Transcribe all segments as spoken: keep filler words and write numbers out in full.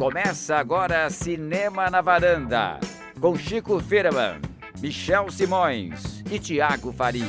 Começa agora Cinema na Varanda, com Chico Firman, Michel Simões e Tiago Faria.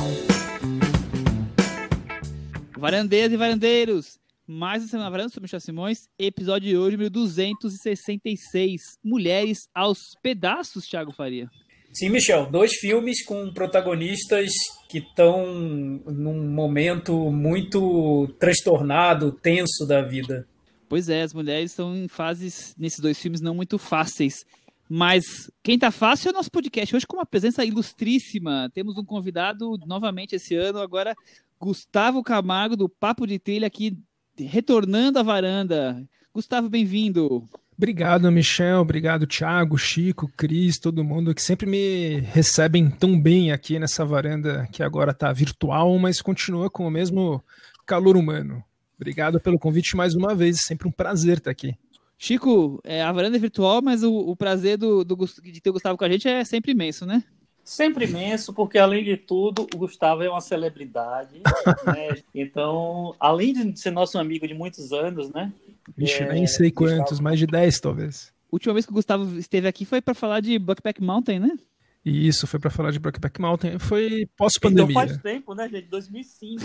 Varandeiras e varandeiros, mais um Cinema na Varanda, sou Michel Simões, episódio de hoje, número duzentos e sessenta e seis, Mulheres aos Pedaços, Tiago Faria. Sim, Michel, dois filmes com protagonistas que estão num momento muito transtornado, tenso da vida. Pois é, as mulheres estão em fases, nesses dois filmes, não muito fáceis. Mas quem tá fácil é o nosso podcast. Hoje com uma presença ilustríssima. Temos um convidado novamente esse ano, agora Gustavo Camargo, do Papo de Trilha, aqui retornando à varanda. Gustavo, bem-vindo. Obrigado, Michel. Obrigado, Thiago, Chico, Cris, todo mundo que sempre me recebem tão bem aqui nessa varanda que agora tá virtual, mas continua com o mesmo calor humano. Obrigado pelo convite mais uma vez. Sempre um prazer estar aqui. Chico, é, a varanda é virtual, mas o, o prazer do, do, de ter o Gustavo com a gente é sempre imenso, né? Sempre imenso, porque além de tudo, o Gustavo é uma celebridade, né? Então, além de ser nosso amigo de muitos anos, né? Vixe, é, nem sei quantos, Gustavo... mais de dez talvez. A última vez que o Gustavo esteve aqui foi para falar de Brokeback Mountain, né? Isso, foi para falar de Brokeback Mountain. Foi pós-pandemia. Então faz tempo, né, gente? dois mil e cinco.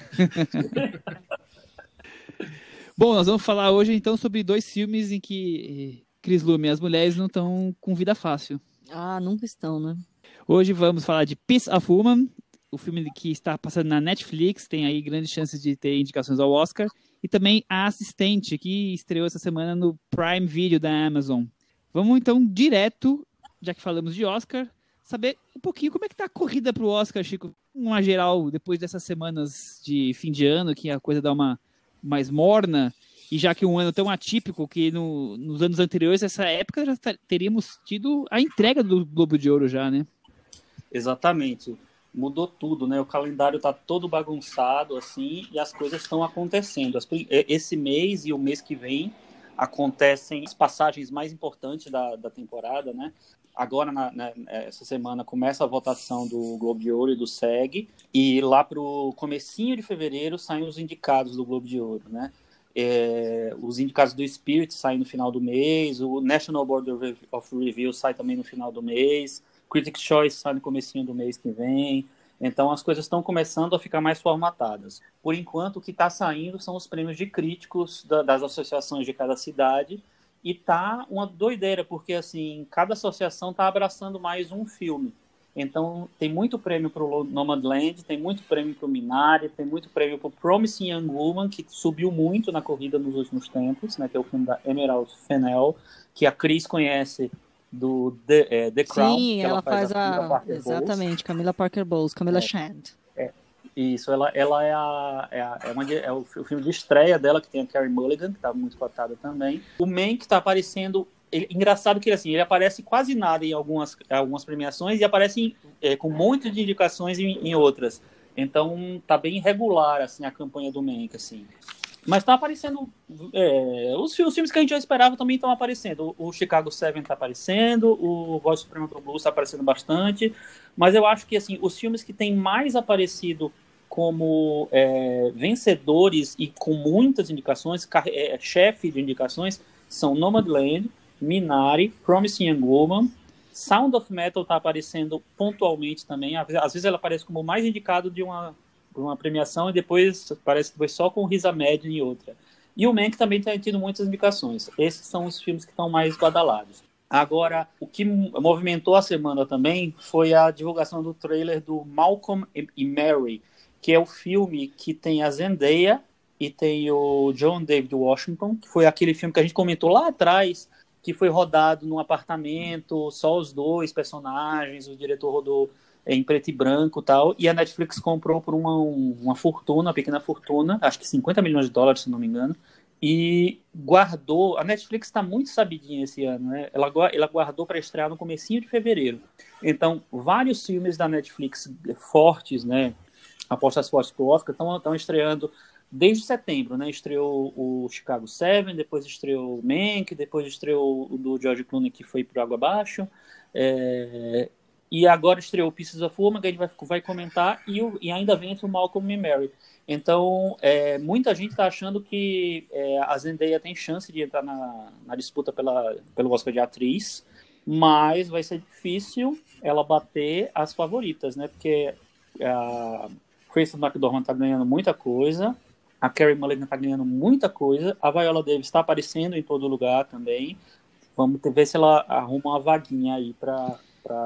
Bom, nós vamos falar hoje então sobre dois filmes em que Cris Lume e as mulheres não estão com vida fácil. Ah, nunca estão, né? Hoje vamos falar de Piece of Woman, o filme que está passando na Netflix, tem aí grandes chances de ter indicações ao Oscar, e também A Assistente, que estreou essa semana no Prime Video da Amazon. Vamos então direto, já que falamos de Oscar, saber um pouquinho como é que tá a corrida para o Oscar, Chico. Uma geral, depois dessas semanas de fim de ano, que a coisa dá uma mais morna, e já que um ano tão atípico que no, nos anos anteriores, essa época, já teríamos tido a entrega do Globo de Ouro já, né? Exatamente. Mudou tudo, né? O calendário tá todo bagunçado, assim, e as coisas estão acontecendo. Esse mês e o mês que vem acontecem as passagens mais importantes da, da temporada, né? Agora, na, na, essa semana, começa a votação do Globo de Ouro e do S E G, e lá pro comecinho de fevereiro saem os indicados do Globo de Ouro, né? É, os indicados do Spirit saem no final do mês, o National Board of Review sai também no final do mês, Critics' Choice sai no comecinho do mês que vem. Então as coisas estão começando a ficar mais formatadas. Por enquanto, o que está saindo são os prêmios de críticos da, das associações de cada cidade, e tá uma doideira, porque assim, cada associação está abraçando mais um filme. Então tem muito prêmio para o Nomadland, tem muito prêmio para o Minari, tem muito prêmio para o Promising Young Woman, que subiu muito na corrida nos últimos tempos, né, que é o filme da Emerald Fennell, que a Cris conhece do The, é, The Crown. Sim, que ela, ela faz, faz a... Exatamente, Bowles. Camila Parker Bowles, Camila É. Shand. É. Isso, ela, ela é, a, é, a, é, uma, é o, o filme de estreia dela, que tem a Carey Mulligan, que está muito cotada também. O Mank está aparecendo... Ele, engraçado que ele, assim, ele aparece quase nada em algumas, algumas premiações e aparece em, é, com um monte de indicações em, em outras. Então, tá bem irregular, assim, a campanha do Mank, assim. Mas tá aparecendo... É, os, os filmes que a gente já esperava também estão aparecendo. O, o Chicago Seven tá aparecendo, o Voz Suprema pro Blues tá aparecendo bastante. Mas eu acho que, assim, os filmes que têm mais aparecido como é, vencedores e com muitas indicações, é, chefe de indicações, são Nomadland, Minari, Promising Young Woman, Sound of Metal está aparecendo pontualmente também. Às vezes ela aparece como o mais indicado de uma, de uma premiação e depois parece que foi só com Riz Ahmed em outra. E o Mank também tem tido muitas indicações. Esses são os filmes que estão mais badalados. Agora, o que movimentou a semana também foi a divulgação do trailer do Malcolm e Mary, que é o filme que tem a Zendaya e tem o John David Washington, que foi aquele filme que a gente comentou lá atrás, que foi rodado num apartamento, só os dois personagens, o diretor rodou em preto e branco e tal, e a Netflix comprou por uma, uma fortuna, uma pequena fortuna, acho que cinquenta milhões de dólares, se não me engano, e guardou... A Netflix está muito sabidinha esse ano, né? Ela, ela guardou para estrear no comecinho de fevereiro. Então, vários filmes da Netflix fortes, né, apostas fortes para o Oscar, estão estreando desde setembro, né? Estreou o Chicago Seven, depois estreou o Mank, depois estreou o do George Clooney, que foi por água abaixo. É... E agora estreou Pieces of Woman, que a gente vai, vai comentar, e, o, e ainda vem entre o Malcolm e Mary. Então, é, muita gente está achando que é, a Zendaya tem chance de entrar na, na disputa pela, pelo Oscar de atriz, mas vai ser difícil ela bater as favoritas, né? Porque a Kristen McDormand está ganhando muita coisa, a Carey Mulligan está ganhando muita coisa, a Viola Davis está aparecendo em todo lugar também. Vamos ter, ver se ela arruma uma vaguinha aí para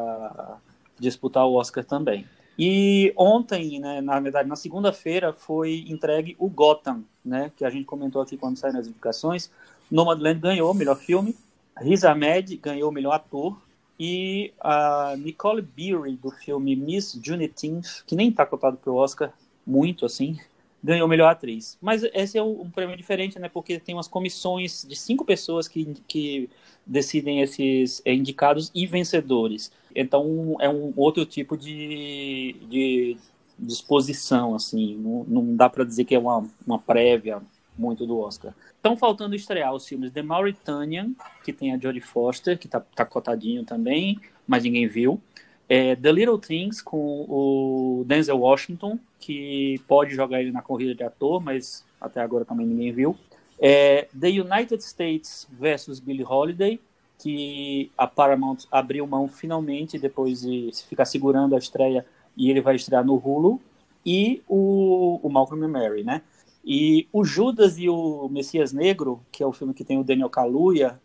disputar o Oscar também. E ontem, né, na verdade, na segunda-feira, foi entregue o Gotham, né, que a gente comentou aqui quando saíram as indicações. Nomadland ganhou o melhor filme, Riz Ahmed ganhou o melhor ator, e a Nicole Beery, do filme Miss Juneteenth, que nem está cotado para o Oscar muito, assim, ganhou o melhor atriz. Mas esse é um prêmio diferente, né, porque tem umas comissões de cinco pessoas que, que decidem esses indicados e vencedores. Então, é um outro tipo de, de disposição, assim. Não, não dá para dizer que é uma, uma prévia muito do Oscar. Estão faltando estrear os filmes The Mauritanian, que tem a Jodie Foster, que está tá cotadinho também, mas ninguém viu. É, The Little Things, com o Denzel Washington, que pode jogar ele na corrida de ator, mas até agora também ninguém viu. É, The United States versus Billie Holiday, que a Paramount abriu mão finalmente depois de ficar segurando a estreia, e ele vai estrear no Hulu, e o, o Malcolm and Mary, né? E o Judas e o Messias Negro, que é o filme que tem o Daniel Kaluuya,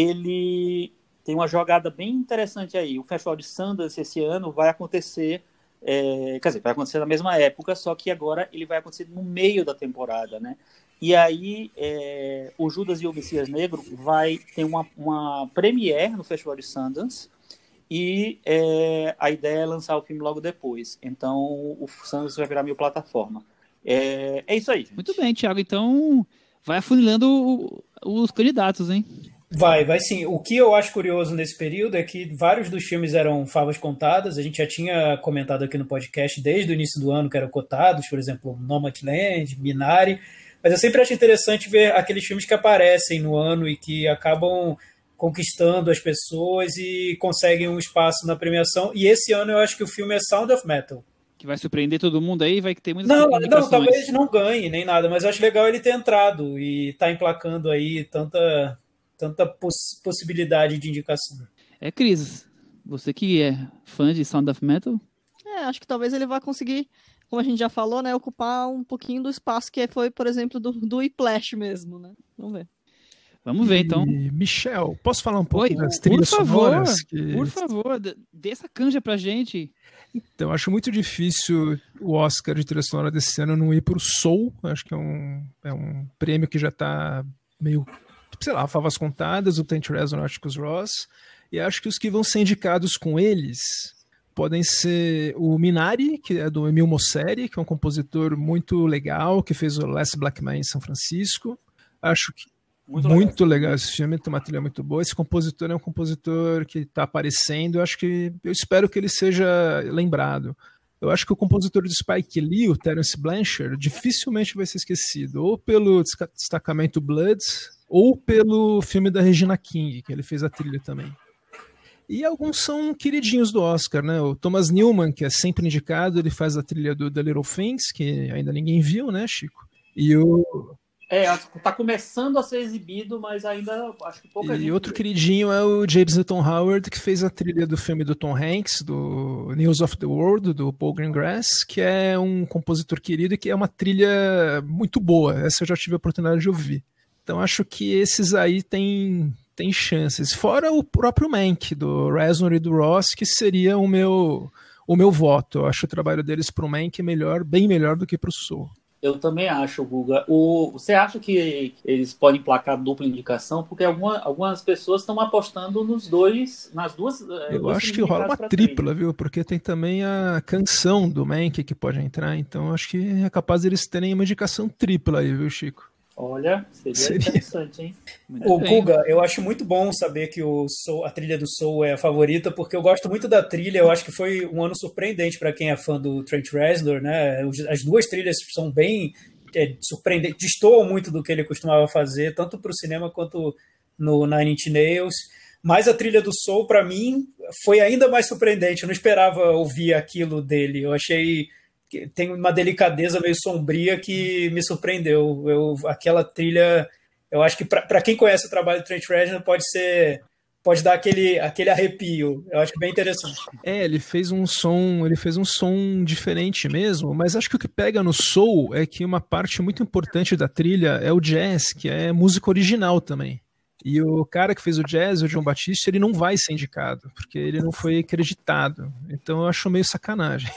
ele tem uma jogada bem interessante aí. O Festival de Sundance esse ano vai acontecer, é, quer dizer, vai acontecer na mesma época, só que agora ele vai acontecer no meio da temporada, né? E aí, é, o Judas e o Messias Negro vai ter uma, uma premiere no Festival de Sundance, e é, a ideia é lançar o filme logo depois. Então, o Sundance vai virar minha plataforma. É, é isso aí, gente. Muito bem, Thiago. Então, vai afunilando o, os candidatos, hein? Vai, vai sim. O que eu acho curioso nesse período é que vários dos filmes eram favas contadas. A gente já tinha comentado aqui no podcast desde o início do ano que eram cotados, por exemplo, Nomadland, Minari. Mas eu sempre acho interessante ver aqueles filmes que aparecem no ano e que acabam conquistando as pessoas e conseguem um espaço na premiação. E esse ano eu acho que o filme é Sound of Metal. Que vai surpreender todo mundo aí, vai ter muitas não, indicações. Não, talvez não ganhe nem nada, mas eu acho legal ele ter entrado e tá emplacando aí tanta, tanta poss- possibilidade de indicação. É, Cris, você que é fã de Sound of Metal? É, acho que talvez ele vá conseguir, como a gente já falou, né, ocupar um pouquinho do espaço que foi, por exemplo, do, do Whiplash mesmo, né? Vamos ver. Vamos ver, então. E, Michel, posso falar um pouco Oi, das por trilhas favor, sonoras? Que... por favor, dê essa canja pra gente. Então, acho muito difícil o Oscar de trilha sonora desse ano não ir pro Soul. Acho que é um, é um prêmio que já tá meio, sei lá, favas contadas, o Trent Reznor, Atticus Ross. E acho que os que vão ser indicados com eles podem ser o Minari, que é do Emile Mosseri, que é um compositor muito legal, que fez o Last Black Man em São Francisco. Acho que Muito, muito legal. legal esse filme, tem uma trilha muito boa. Esse compositor é um compositor que está aparecendo. Eu acho que eu espero que ele seja lembrado. Eu acho que o compositor do Spike Lee, o Terence Blanchard, dificilmente vai ser esquecido, ou pelo destacamento Bloods, ou pelo filme da Regina King, que ele fez a trilha também. E alguns são queridinhos do Oscar, né? O Thomas Newman, que é sempre indicado, ele faz a trilha do The Little Things, que ainda ninguém viu, né, Chico? E o É, tá começando a ser exibido, mas ainda acho que pouca e gente... E outro vê. Queridinho é o James Newton Howard, que fez a trilha do filme do Tom Hanks, do News of the World, do Paul Greengrass, que é um compositor querido e que é uma trilha muito boa. Essa eu já tive a oportunidade de ouvir. Então acho que esses aí têm, têm chances. Fora o próprio Mank, do Reznor e do Ross, que seria o meu, o meu voto. Eu acho o trabalho deles pro Mank melhor, bem melhor do que pro Soul. Eu também acho, Guga. O, você acha que eles podem emplacar dupla indicação? Porque alguma, algumas pessoas estão apostando nos dois, nas duas. Eu dois acho que rola uma tripla, viu? Porque tem também a canção do Mank que pode entrar. Então acho que é capaz deles terem uma indicação tripla aí, viu, Chico? Olha, seria, seria. interessante, hein? O Guga, eu acho muito bom saber que o Soul, a trilha do Soul é a favorita, porque eu gosto muito da trilha. Eu acho que foi um ano surpreendente para quem é fã do Trent Reznor, né? As duas trilhas são bem é, surpreendentes, destoam muito do que ele costumava fazer, tanto para o cinema quanto no Nine Inch Nails. Mas a trilha do Soul, para mim, foi ainda mais surpreendente. Eu não esperava ouvir aquilo dele. Eu achei que tem uma delicadeza meio sombria que me surpreendeu. Eu, aquela trilha, eu acho que para quem conhece o trabalho do Trent Reznor pode ser, pode dar aquele, aquele arrepio. Eu acho bem interessante. É, ele fez um som, ele fez um som diferente mesmo, mas acho que o que pega no Soul é que uma parte muito importante da trilha é o jazz, que é música original também. E o cara que fez o jazz, o John Batiste, ele não vai ser indicado, porque ele não foi acreditado. Então eu acho meio sacanagem.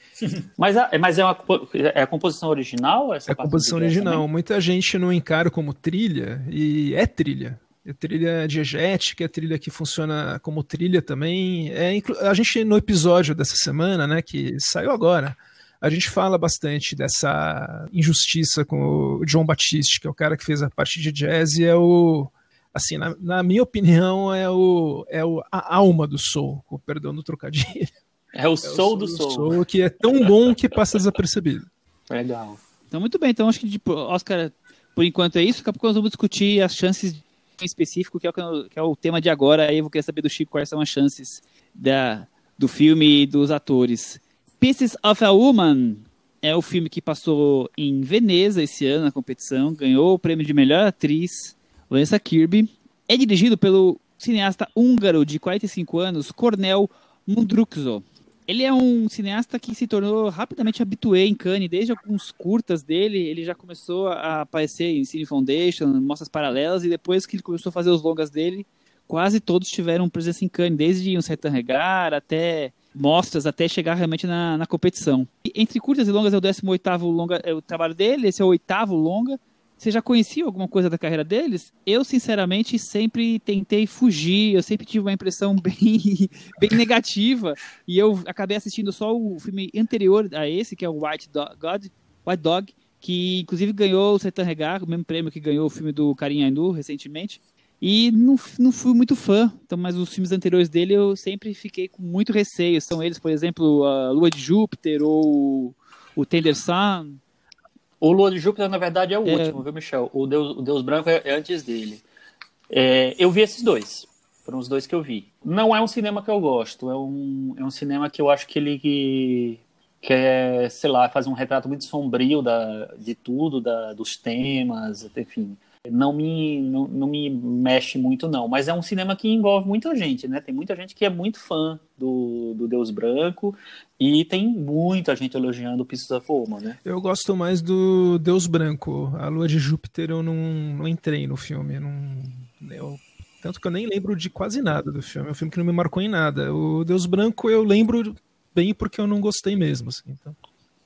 Mas, a, mas é, uma, é a composição original? Essa é a composição original. Também? Muita gente não encara como trilha, e é trilha. É trilha diegética, é trilha que funciona como trilha também. É, a gente, no episódio dessa semana, né, que saiu agora, a gente fala bastante dessa injustiça com o John Batiste, que é o cara que fez a parte de jazz e é o... Assim, na, na minha opinião, é, o, é o, a alma do soul, com perdão do trocadilho. É o soul, é o soul do soul. soul. Que é tão bom que passa desapercebido. Legal. Então, muito bem. Então, acho que, tipo, Oscar, por enquanto é isso. Daqui a pouco nós vamos discutir as chances em específico, que é o, que é o tema de agora. Aí eu vou querer saber do Chico quais são as chances da, do filme e dos atores. Pieces of a Woman é o filme que passou em Veneza esse ano na competição. Ganhou o prêmio de melhor atriz, Vanessa Kirby. É dirigido pelo cineasta húngaro de quarenta e cinco anos, Kornél Mundruczó. Ele é um cineasta que se tornou rapidamente habitué em Cannes, desde alguns curtas dele. Ele já começou a aparecer em Cine Foundation, mostras paralelas, e depois que ele começou a fazer os longas dele, quase todos tiveram presença em Cannes, desde Um Certain Regard até mostras, até chegar realmente na, na competição. E entre curtas e longas é o décimo oitavo longa, é o trabalho dele, esse é o oitavo longa. Você já conhecia alguma coisa da carreira deles? Eu, sinceramente, sempre tentei fugir, eu sempre tive uma impressão bem, bem negativa, e eu acabei assistindo só o filme anterior a esse, que é o White Dog, God, White Dog, que inclusive ganhou o Certain Regard, o mesmo prêmio que ganhou o filme do Karim Ainu recentemente, e não, não fui muito fã, então, mas os filmes anteriores dele eu sempre fiquei com muito receio. São eles, por exemplo, a Lua de Júpiter ou o Tender Sun. O Lua de Júpiter, na verdade, é o é... último, viu, Michel? O Deus, o Deus Branco é, é antes dele. É, eu vi esses dois. Foram os dois que eu vi. Não é um cinema que eu gosto. É um, é um cinema que eu acho que ele que, quer, sei lá, fazer um retrato muito sombrio da, de tudo, da, dos temas, enfim. Não me, não, não me mexe muito, não. Mas é um cinema que envolve muita gente, né? Tem muita gente que é muito fã do, do Deus Branco e tem muita gente elogiando o Pieces of a Woman, né? Eu gosto mais do Deus Branco. A Lua de Júpiter eu não, não entrei no filme. Não, eu, tanto que eu nem lembro de quase nada do filme. É um filme que não me marcou em nada. O Deus Branco eu lembro bem porque eu não gostei mesmo. Assim, então.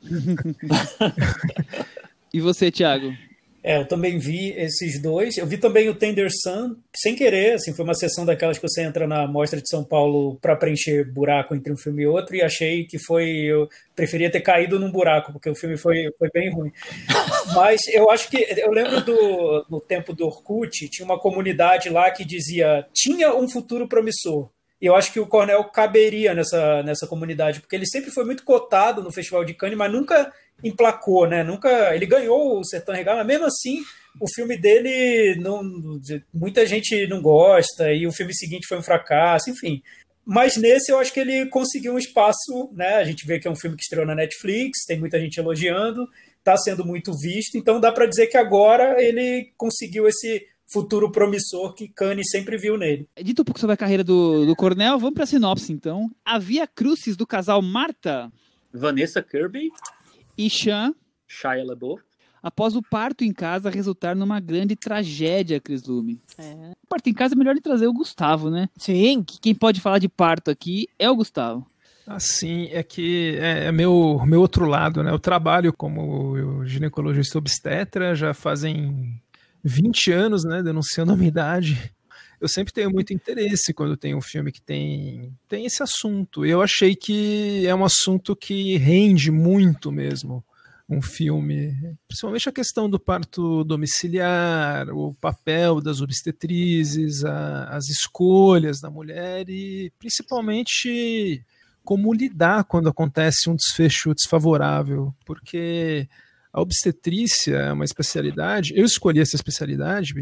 E você, Thiago? É, eu também vi esses dois. Eu vi também o Tender Sun, sem querer, assim, foi uma sessão daquelas que você entra na Mostra de São Paulo para preencher buraco entre um filme e outro, e achei que foi... Eu preferia ter caído num buraco, porque o filme foi, foi bem ruim. Mas eu acho que... Eu lembro do, no tempo do Orkut, tinha uma comunidade lá que dizia tinha um futuro promissor. E eu acho que o Kornél caberia nessa, nessa comunidade, porque ele sempre foi muito cotado no Festival de Cannes, mas nunca emplacou, né? Nunca, ele ganhou o Certain Regard, mas mesmo assim o filme dele não, muita gente não gosta, e o filme seguinte foi um fracasso, enfim. Mas nesse eu acho que ele conseguiu um espaço, né? A gente vê que é um filme que estreou na Netflix, tem muita gente elogiando, está sendo muito visto, então dá para dizer que agora ele conseguiu esse futuro promissor que Cannes sempre viu nele. Dito um pouco sobre a carreira do, do Kornél, vamos para a sinopse, então. A Via Crucis do casal Marta, Vanessa Kirby e Sean, Shia LaBeouf, após o parto em casa resultar numa grande tragédia, Cris Lume. É. O parto em casa é melhor de trazer o Gustavo, né? Sim. Quem pode falar de parto aqui é o Gustavo. Assim, é que é, é meu, meu outro lado, né? Eu trabalho como ginecologista obstetra, já fazem vinte anos, né, denunciando a minha idade. Eu sempre tenho muito interesse quando tem um filme que tem, tem esse assunto. Eu achei que é um assunto que rende muito mesmo um filme. Principalmente a questão do parto domiciliar, o papel das obstetrizes, a, as escolhas da mulher e principalmente como lidar quando acontece um desfecho desfavorável. Porque a obstetrícia é uma especialidade, eu escolhi essa especialidade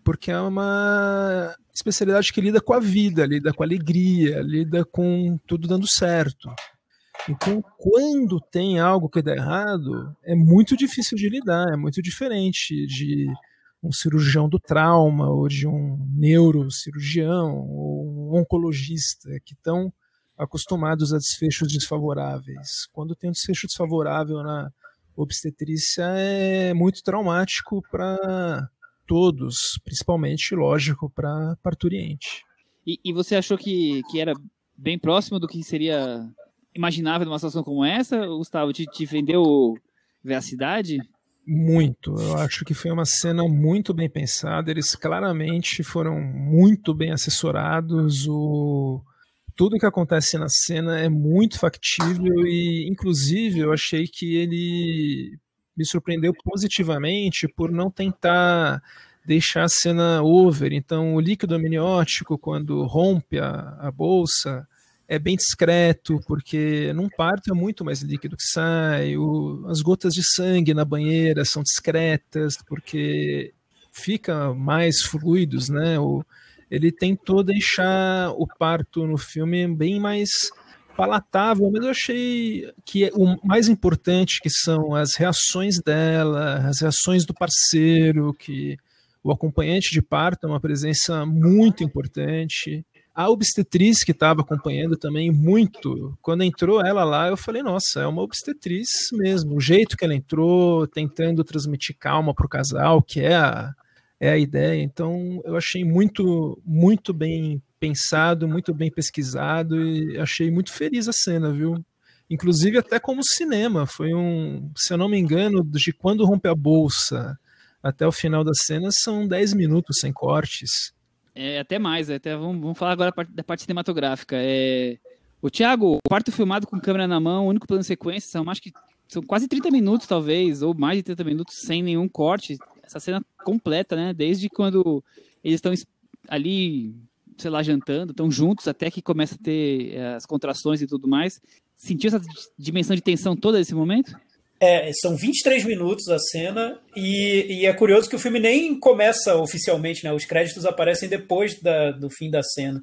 porque é uma especialidade que lida com a vida, lida com a alegria, lida com tudo dando certo. Então, quando tem algo que dá errado, é muito difícil de lidar, é muito diferente de um cirurgião do trauma, ou de um neurocirurgião, ou um oncologista, que estão acostumados a desfechos desfavoráveis. Quando tem um desfecho desfavorável na obstetrícia, é muito traumático para todos, principalmente, lógico, para parturiente. E, e você achou que, que era bem próximo do que seria imaginável numa situação como essa, Gustavo? Te, te vendeu veracidade? Muito. Eu acho que foi uma cena muito bem pensada. Eles claramente foram muito bem assessorados. O... Tudo que acontece na cena é muito factível e, inclusive, eu achei que ele me surpreendeu positivamente por não tentar deixar a cena over. Então, o líquido amniótico, quando rompe a, a bolsa, é bem discreto, porque num parto é muito mais líquido que sai. O, as gotas de sangue na banheira são discretas, porque fica mais fluidos, né? O, ele tentou deixar o parto no filme bem mais palatável, mas eu achei que o mais importante que são as reações dela, as reações do parceiro, que o acompanhante de parto é uma presença muito importante. A obstetriz que estava acompanhando também muito. Quando entrou ela lá, eu falei, nossa, é uma obstetriz mesmo. O jeito que ela entrou, tentando transmitir calma para o casal, que é a, é a ideia. Então, eu achei muito, muito bem pensado, muito bem pesquisado e achei muito feliz a cena, viu? Inclusive até como cinema. Foi um, se eu não me engano, de quando rompe a bolsa até o final da cena, são dez minutos sem cortes. É, até mais, até vamos, vamos falar agora da parte cinematográfica. É, o Thiago, o parto filmado com câmera na mão, o único plano de sequência, são, acho que são quase trinta minutos, talvez, ou mais de trinta minutos, sem nenhum corte. Essa cena completa, né? Desde quando eles estão ali, sei lá, jantando, estão juntos, até que começa a ter é, as contrações e tudo mais. Sentiu essa dimensão de tensão toda nesse momento? É, são vinte e três minutos a cena e, e é curioso que o filme nem começa oficialmente, né? Os créditos aparecem depois da, do fim da cena.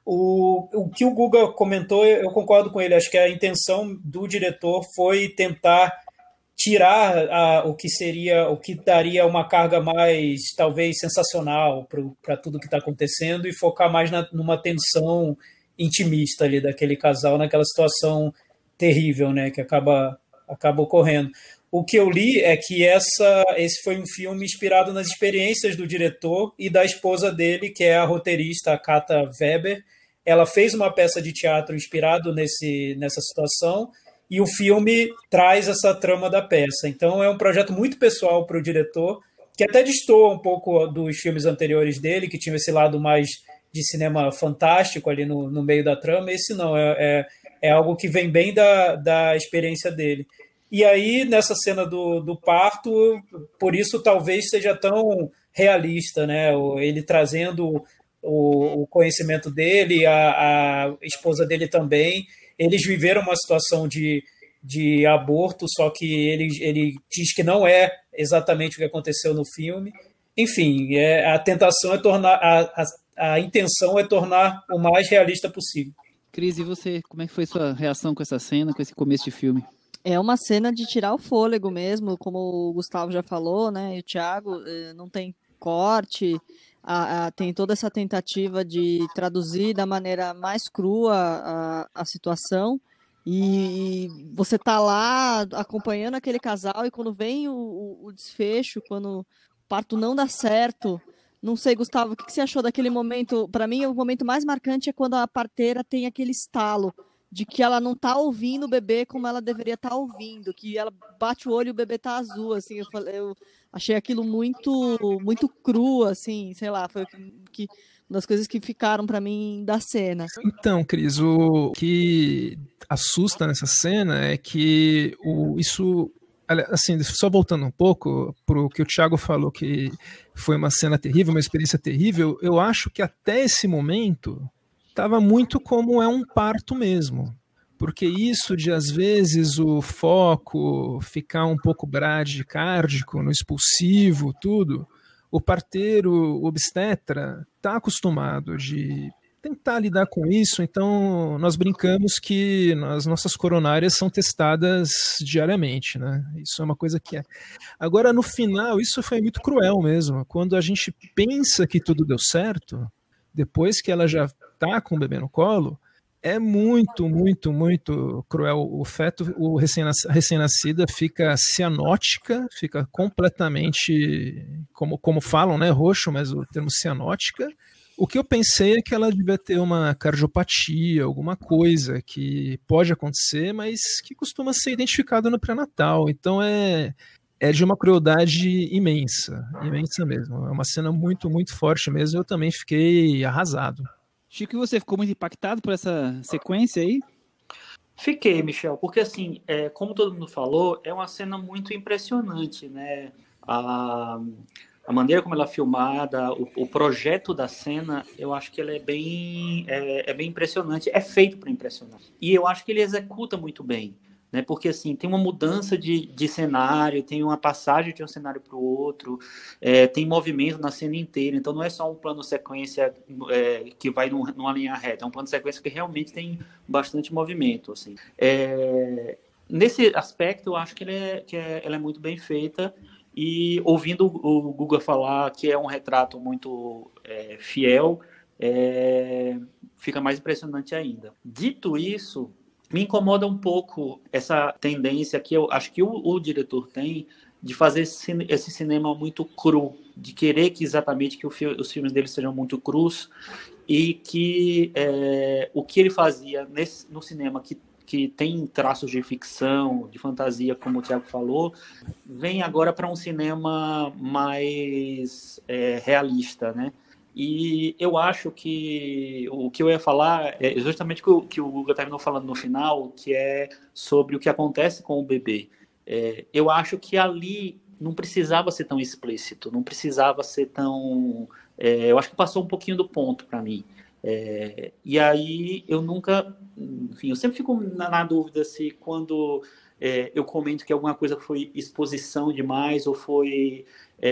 O, o que o Guga comentou, eu concordo com ele, acho que a intenção do diretor foi tentar tirar a, o que seria, o que daria uma carga mais, talvez, sensacional para tudo que está acontecendo e focar mais na, numa tensão intimista ali daquele casal, naquela situação terrível, né? Que acaba... acaba ocorrendo. O que eu li é que essa, esse foi um filme inspirado nas experiências do diretor e da esposa dele, que é a roteirista, a Kata Weber. Ela fez uma peça de teatro inspirado nesse, nessa situação e o filme traz essa trama da peça. Então é um projeto muito pessoal para o diretor, que até destoa um pouco dos filmes anteriores dele, que tinha esse lado mais de cinema fantástico ali no, no meio da trama. Esse não, é... é É algo que vem bem da, da experiência dele. E aí, nessa cena do, do parto, por isso talvez seja tão realista, né? Ele trazendo o, o conhecimento dele, a, a esposa dele também. Eles viveram uma situação de, de aborto, só que ele, ele diz que não é exatamente o que aconteceu no filme. Enfim, é, a tentação é tornar... A, a, a intenção é tornar o mais realista possível. Cris, e você, como é que foi sua reação com essa cena, com esse começo de filme? É uma cena de tirar o fôlego mesmo, como o Gustavo já falou, né? E o Thiago, não tem corte, a, a, tem toda essa tentativa de traduzir da maneira mais crua a, a situação. E você tá lá acompanhando aquele casal e quando vem o, o, o desfecho, quando o parto não dá certo... Não sei, Gustavo, o que você achou daquele momento? Para mim, o momento mais marcante é quando a parteira tem aquele estalo de que ela não está ouvindo o bebê como ela deveria estar tá ouvindo, que ela bate o olho e o bebê tá azul, assim. Eu, falei, eu achei aquilo muito, muito cru, assim, sei lá, foi que, uma das coisas que ficaram para mim da cena. Então, Cris, o que assusta nessa cena é que o, isso... Assim, só voltando um pouco para o que o Thiago falou, que foi uma cena terrível, uma experiência terrível, eu acho que até esse momento estava muito como é um parto mesmo. Porque isso de, às vezes, o foco ficar um pouco bradicárdico, no expulsivo, tudo, o parteiro, o obstetra, está acostumado de tentar lidar com isso, então nós brincamos que as nossas coronárias são testadas diariamente, né? Isso é uma coisa que é. Agora, no final, isso foi muito cruel mesmo. Quando a gente pensa que tudo deu certo, depois que ela já está com o bebê no colo, é muito, muito, muito cruel. O feto, o recém-nascida fica cianótica, fica completamente, como, como falam, né, roxo, mas o termo cianótica. O que eu pensei é que ela devia ter uma cardiopatia, alguma coisa que pode acontecer, mas que costuma ser identificado no pré-natal. Então é, é de uma crueldade imensa, imensa mesmo. É uma cena muito, muito forte mesmo. Eu também fiquei arrasado. Chico, e você ficou muito impactado por essa sequência aí? Fiquei, Michel, porque assim, é, como todo mundo falou, é uma cena muito impressionante, né? A... A maneira como ela é filmada, o, o projeto da cena, eu acho que ele é bem, é, é bem impressionante, é feito para impressionar. E eu acho que ele executa muito bem, né? Porque assim, tem uma mudança de, de cenário, tem uma passagem de um cenário para o outro, é, tem movimento na cena inteira, então não é só um plano sequência é, que vai num, numa linha reta, é um plano sequência que realmente tem bastante movimento. Assim. É, nesse aspecto, eu acho que, ele é, que é, ela é muito bem feita. E ouvindo o Guga falar que é um retrato muito é, fiel, é, fica mais impressionante ainda. Dito isso, me incomoda um pouco essa tendência que eu acho que o, o diretor tem de fazer esse, esse cinema muito cru, de querer que exatamente que o, os filmes dele sejam muito crus e que é, o que ele fazia nesse, no cinema que que tem traços de ficção, de fantasia, como o Thiago falou, vem agora para um cinema mais é, realista, né? E eu acho que o que eu ia falar é justamente o que o Guga terminou falando no final, que é sobre o que acontece com o bebê. É, eu acho que ali não precisava ser tão explícito, não precisava ser tão... É, eu acho que passou um pouquinho do ponto para mim. É, e aí eu nunca, enfim, eu sempre fico na, na dúvida se quando é, eu comento que alguma coisa foi exposição demais ou foi,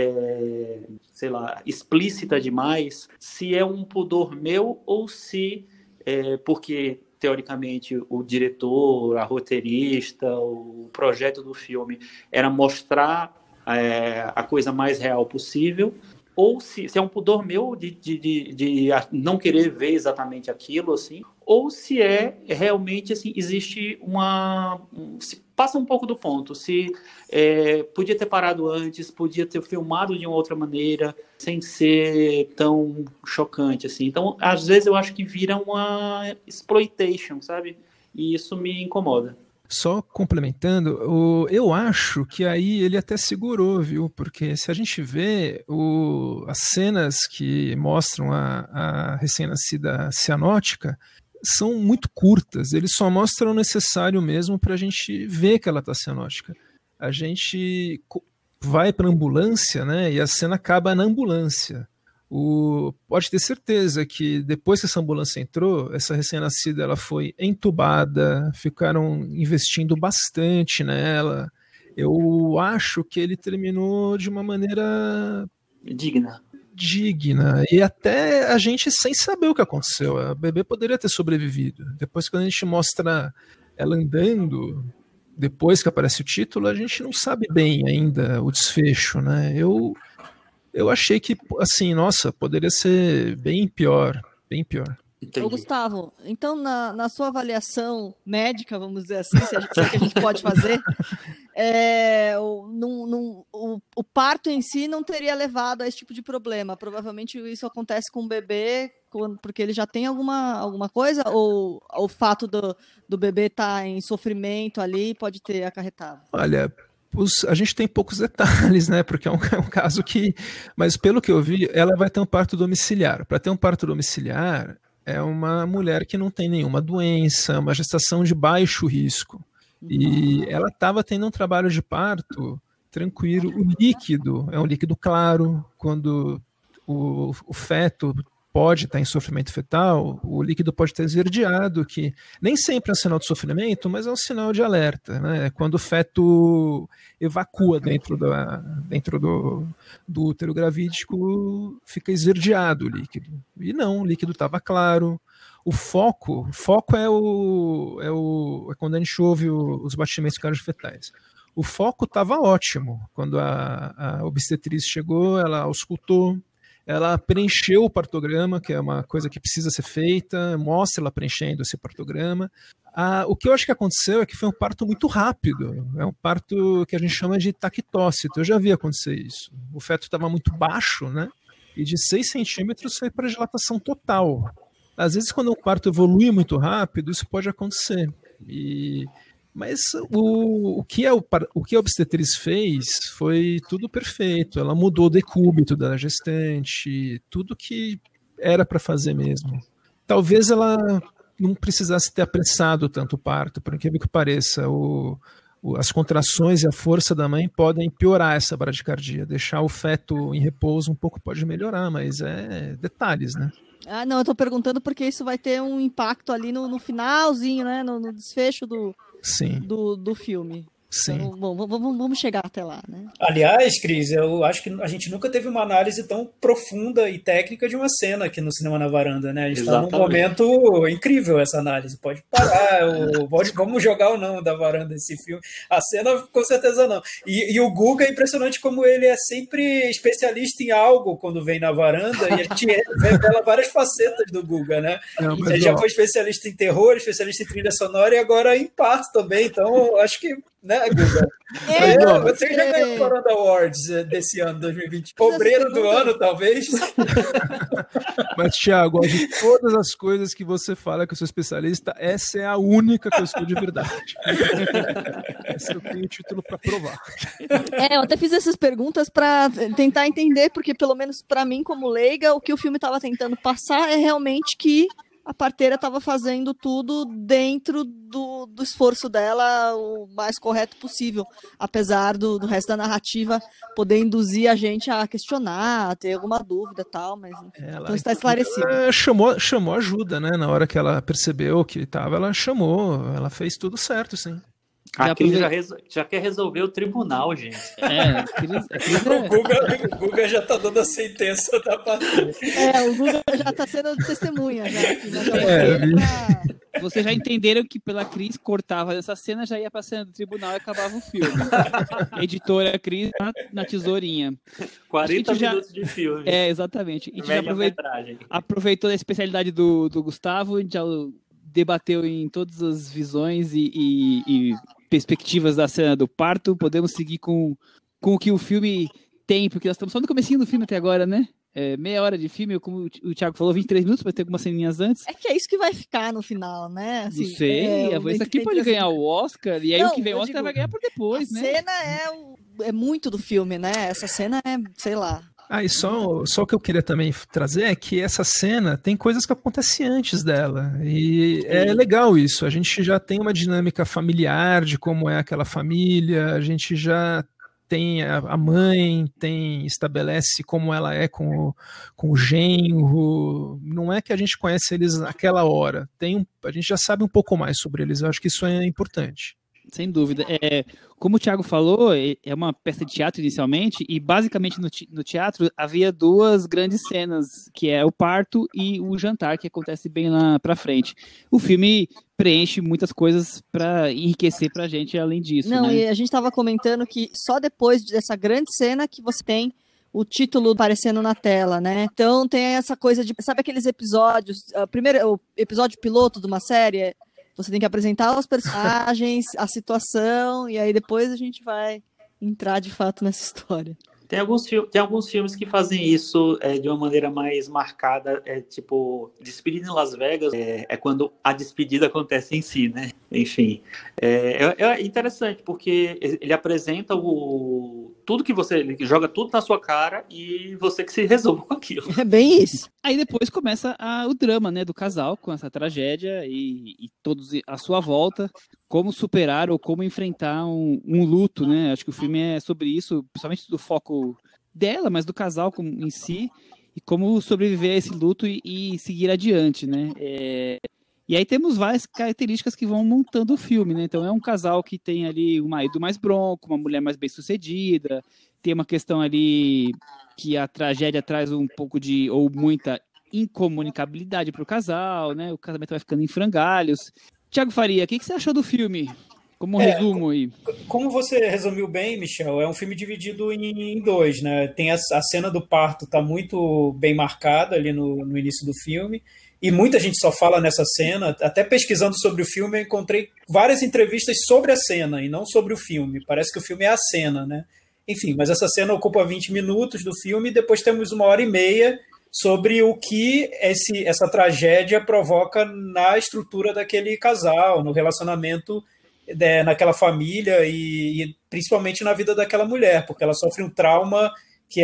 é, sei lá, explícita demais, se é um pudor meu ou se, é, porque teoricamente o diretor, a roteirista, o projeto do filme era mostrar é, a coisa mais real possível, ou se, se é um pudor meu de, de, de, de não querer ver exatamente aquilo, assim, ou se é realmente, assim, existe uma... Se passa um pouco do ponto, se é, podia ter parado antes, podia ter filmado de uma outra maneira, sem ser tão chocante, assim. Então, às vezes eu acho que vira uma exploitation, sabe? E isso me incomoda. Só complementando, o, eu acho que aí ele até segurou, viu? Porque se a gente vê o, as cenas que mostram a, a recém-nascida cianótica, são muito curtas, eles só mostram o necessário mesmo para a gente ver que ela está cianótica. A gente vai para a ambulância, né? E a cena acaba na ambulância. O, pode ter certeza que depois que essa ambulância entrou, essa recém-nascida ela foi entubada, ficaram investindo bastante nela. Eu acho que ele terminou de uma maneira digna. digna. E até a gente sem saber o que aconteceu. A bebê poderia ter sobrevivido. Depois, quando a gente mostra ela andando, depois que aparece o título, a gente não sabe bem ainda o desfecho, né? Eu... Eu achei que, assim, nossa, poderia ser bem pior, bem pior. Ô, Gustavo, então na, na sua avaliação médica, vamos dizer assim, se, a gente, se é que a gente pode fazer, é, o, num, num, o, o parto em si não teria levado a esse tipo de problema. Provavelmente isso acontece com o bebê, porque ele já tem alguma, alguma coisa, ou o fato do, do bebê estar em sofrimento ali pode ter acarretado? Olha... Os, a gente tem poucos detalhes, né? Porque é um, é um caso que... Mas pelo que eu vi, ela vai ter um parto domiciliar. Para ter um parto domiciliar, é uma mulher que não tem nenhuma doença, uma gestação de baixo risco. E ela estava tendo um trabalho de parto tranquilo. O líquido é um líquido claro. Quando o, o feto pode estar em sofrimento fetal, o líquido pode estar esverdeado, que nem sempre é um sinal de sofrimento, mas é um sinal de alerta, né? Quando o feto evacua dentro, da, dentro do, do útero gravídico, fica esverdeado o líquido. E não, o líquido estava claro. O foco, foco é, o, é, o, é quando a gente ouve o, os batimentos cardiofetais. O foco estava ótimo. Quando a, a obstetriz chegou, ela auscultou, ela preencheu o partograma, que é uma coisa que precisa ser feita, mostra ela preenchendo esse partograma. Ah, o que eu acho que aconteceu é que foi um parto muito rápido. É um parto que a gente chama de taquitócito. Eu já vi acontecer isso. O feto estava muito baixo, né? E de seis centímetros foi para dilatação total. Às vezes, quando o parto evolui muito rápido, isso pode acontecer. E... Mas o, o, que a, o que a obstetriz fez foi tudo perfeito. Ela mudou o decúbito da gestante, tudo que era para fazer mesmo. Talvez ela não precisasse ter apressado tanto o parto, por incrível que pareça. O, o, as contrações e a força da mãe podem piorar essa bradicardia. Deixar o feto em repouso um pouco pode melhorar, mas é detalhes, né? Ah, não, eu tô perguntando porque isso vai ter um impacto ali no, no finalzinho, né? No, no desfecho do, Sim. do, do filme. Sim. Então, bom, vamos, vamos chegar até lá, né? Aliás, Cris, eu acho que a gente nunca teve uma análise tão profunda e técnica de uma cena aqui no Cinema na Varanda, né? A gente está num momento incrível essa análise. Pode parar, ou, pode, vamos jogar ou não da varanda esse filme. A cena, com certeza não. E, e o Guga é impressionante como ele é sempre especialista em algo quando vem na varanda, e a gente revela várias facetas do Guga, né? Não, ele já ó... foi especialista em terror, especialista em trilha sonora e agora em parto também. Então, acho que né, Guga? É, é, você já ganhou o Varanda Awards desse ano, dois mil e vinte. Obreiro do ano, talvez. Mas, Thiago, de todas as coisas que você fala que eu sou especialista, essa é a única que eu sou de verdade. Essa eu tenho título para provar. É, eu até fiz essas perguntas para tentar entender, porque pelo menos para mim, como leiga, o que o filme estava tentando passar é realmente que a parteira estava fazendo tudo dentro do, do esforço dela o mais correto possível, apesar do, do resto da narrativa poder induzir a gente a questionar, a ter alguma dúvida e tal, mas ela, então está esclarecido. Ela chamou, chamou ajuda, né? Na hora que ela percebeu que estava, ela chamou, ela fez tudo certo, sim. A Cris já, resol... já quer resolver o tribunal, gente. É, a Cris, a Cris é... o, Guga, o Guga já tá dando a sentença da parteira. É, o Guga já tá sendo testemunha. Já, é, pra... Vocês já entenderam que pela Cris cortava essa cena, já ia pra cena do tribunal e acabava o filme. Editora Cris na, na tesourinha. quarenta minutos de filme. É, exatamente. E já aproveitou, aproveitou a especialidade do, do Gustavo, já debateu em todas as visões e, e, e perspectivas da cena do parto. Podemos seguir com, com o que o filme tem, porque nós estamos só no comecinho do filme até agora, né? É, meia hora de filme, como o Thiago falou, vinte e três minutos, vai ter algumas ceninhas antes. É que é isso que vai ficar no final, né? Assim, não sei, é, esse aqui pode ganhar o Oscar, e aí não, o que vem o Oscar digo, vai ganhar por depois, a né? A cena é, o, é muito do filme, né? Essa cena é, sei lá... Ah, e só, só o que eu queria também trazer é que essa cena tem coisas que acontecem antes dela. E é legal isso. A gente já tem uma dinâmica familiar de como é aquela família, a gente já tem a, a mãe, tem estabelece como ela é com o, com o genro. Não é que a gente conhece eles naquela hora. Tem um, a gente já sabe um pouco mais sobre eles. Eu acho que isso é importante. Sem dúvida. É, como o Thiago falou, é uma peça de teatro inicialmente, e basicamente no, no teatro havia duas grandes cenas, que é o parto e o jantar, que acontece bem lá pra frente. O filme preenche muitas coisas para enriquecer pra gente além disso. Não, né? E a gente estava comentando que só depois dessa grande cena que você tem o título aparecendo na tela, né? Então tem essa coisa de, sabe aqueles episódios, uh, primeiro, o episódio piloto de uma série... Você tem que apresentar os personagens, a situação, e aí depois a gente vai entrar de fato nessa história. Tem alguns, tem alguns filmes que fazem isso é, de uma maneira mais marcada, é, tipo, Despedida em Las Vegas, é, é quando a despedida acontece em si, né? Enfim, é, é interessante, porque ele apresenta o, tudo que você, ele joga tudo na sua cara e você que se resolve com aquilo. É bem isso. Aí depois começa a, o drama, né, do casal com essa tragédia e, e todos à sua volta, como superar ou como enfrentar um, um luto, né? Acho que o filme é sobre isso, principalmente do foco dela, mas do casal em si. e como sobreviver a esse luto e, e seguir adiante, né? É... E aí temos várias características que vão montando o filme, né? Então é um casal que tem ali um marido mais bronco, uma mulher mais bem-sucedida, tem uma questão ali que a tragédia traz um pouco de, ou muita incomunicabilidade para o casal, né? O casamento vai ficando em frangalhos. Thiago Faria, o que, que você achou do filme? Como um É, resumo aí. Como você resumiu bem, Michel, é um filme dividido em, em dois, né? Tem a, a cena do parto tá muito bem marcada ali no, no início do filme, e muita gente só fala nessa cena. Até pesquisando sobre o filme, eu encontrei várias entrevistas sobre a cena e não sobre o filme. Parece que o filme é a cena, né? Enfim, mas essa cena ocupa vinte minutos do filme e depois temos uma hora e meia sobre o que esse, essa tragédia provoca na estrutura daquele casal, no relacionamento, é, naquela família e, e principalmente na vida daquela mulher, porque ela sofre um trauma que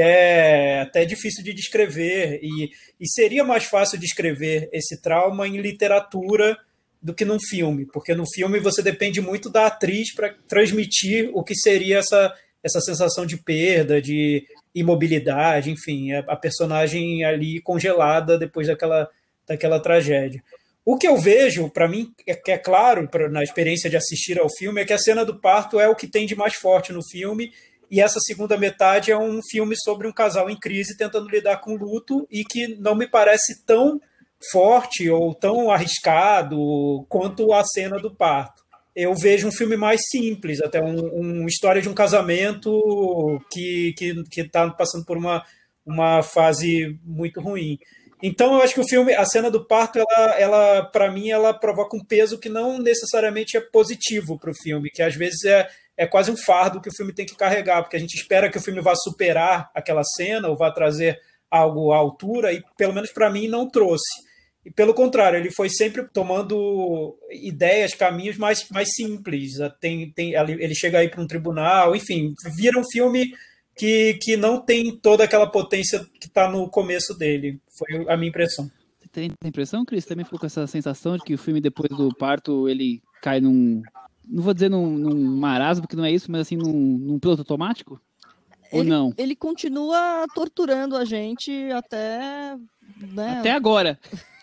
é até difícil de descrever, e, e seria mais fácil descrever esse trauma em literatura do que num filme, porque no filme você depende muito da atriz para transmitir o que seria essa, essa sensação de perda, de imobilidade, enfim, a, a personagem ali congelada depois daquela, daquela tragédia. O que eu vejo, para mim, é que é claro, pra, na experiência de assistir ao filme, é que a cena do parto é o que tem de mais forte no filme, e essa segunda metade é um filme sobre um casal em crise tentando lidar com o luto, e que não me parece tão forte ou tão arriscado quanto a cena do parto. Eu vejo um filme mais simples, até um, uma história de um casamento que que que está passando por uma, uma fase muito ruim. Então eu acho que o filme, a cena do parto, ela, ela para mim, ela provoca um peso que não necessariamente é positivo para o filme, que às vezes é, é quase um fardo que o filme tem que carregar, porque a gente espera que o filme vá superar aquela cena ou vá trazer algo à altura, e pelo menos para mim não trouxe. E pelo contrário, ele foi sempre tomando ideias, caminhos mais, mais simples. Tem, tem, ele chega aí para um tribunal, enfim, vira um filme que, que não tem toda aquela potência que está no começo dele. Foi a minha impressão. Você tem a impressão, Cris? Também ficou com essa sensação de que o filme, depois do parto, ele cai num... Não vou dizer num, num marasmo, porque não é isso, mas assim, num, num piloto automático? Ou ele, não? Ele continua torturando a gente até... Né? Até agora.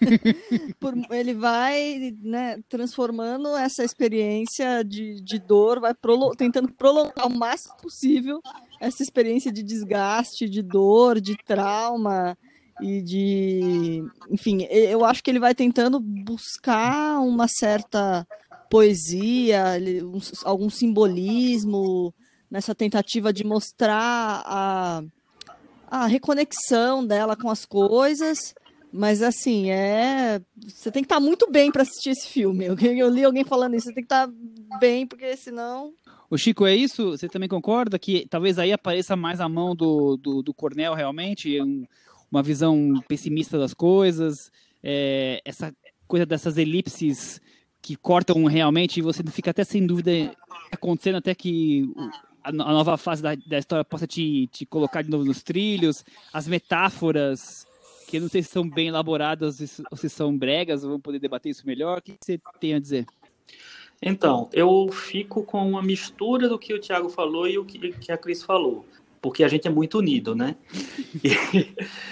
Por, ele vai, né, transformando essa experiência de, de dor, vai prolo- tentando prolongar o máximo possível essa experiência de desgaste, de dor, de trauma e de... Enfim, eu acho que ele vai tentando buscar uma certa poesia, um, algum simbolismo nessa tentativa de mostrar a... a reconexão dela com as coisas, mas assim, é... você tem que estar muito bem para assistir esse filme. Eu, eu li alguém falando isso, você tem que estar bem, porque senão... O Chico, é isso? Você também concorda que talvez aí apareça mais a mão do, do, do Cornell realmente, um, uma visão pessimista das coisas, é, essa coisa dessas elipses que cortam realmente, e você fica até sem dúvida acontecendo até que... a nova fase da, da história possa te, te colocar de novo nos trilhos, as metáforas, que eu não sei se são bem elaboradas ou se são bregas, vamos poder debater isso melhor. O que você tem a dizer? Então, eu fico com uma mistura do que o Thiago falou e o que, que a Cris falou, porque a gente é muito unido, né? E,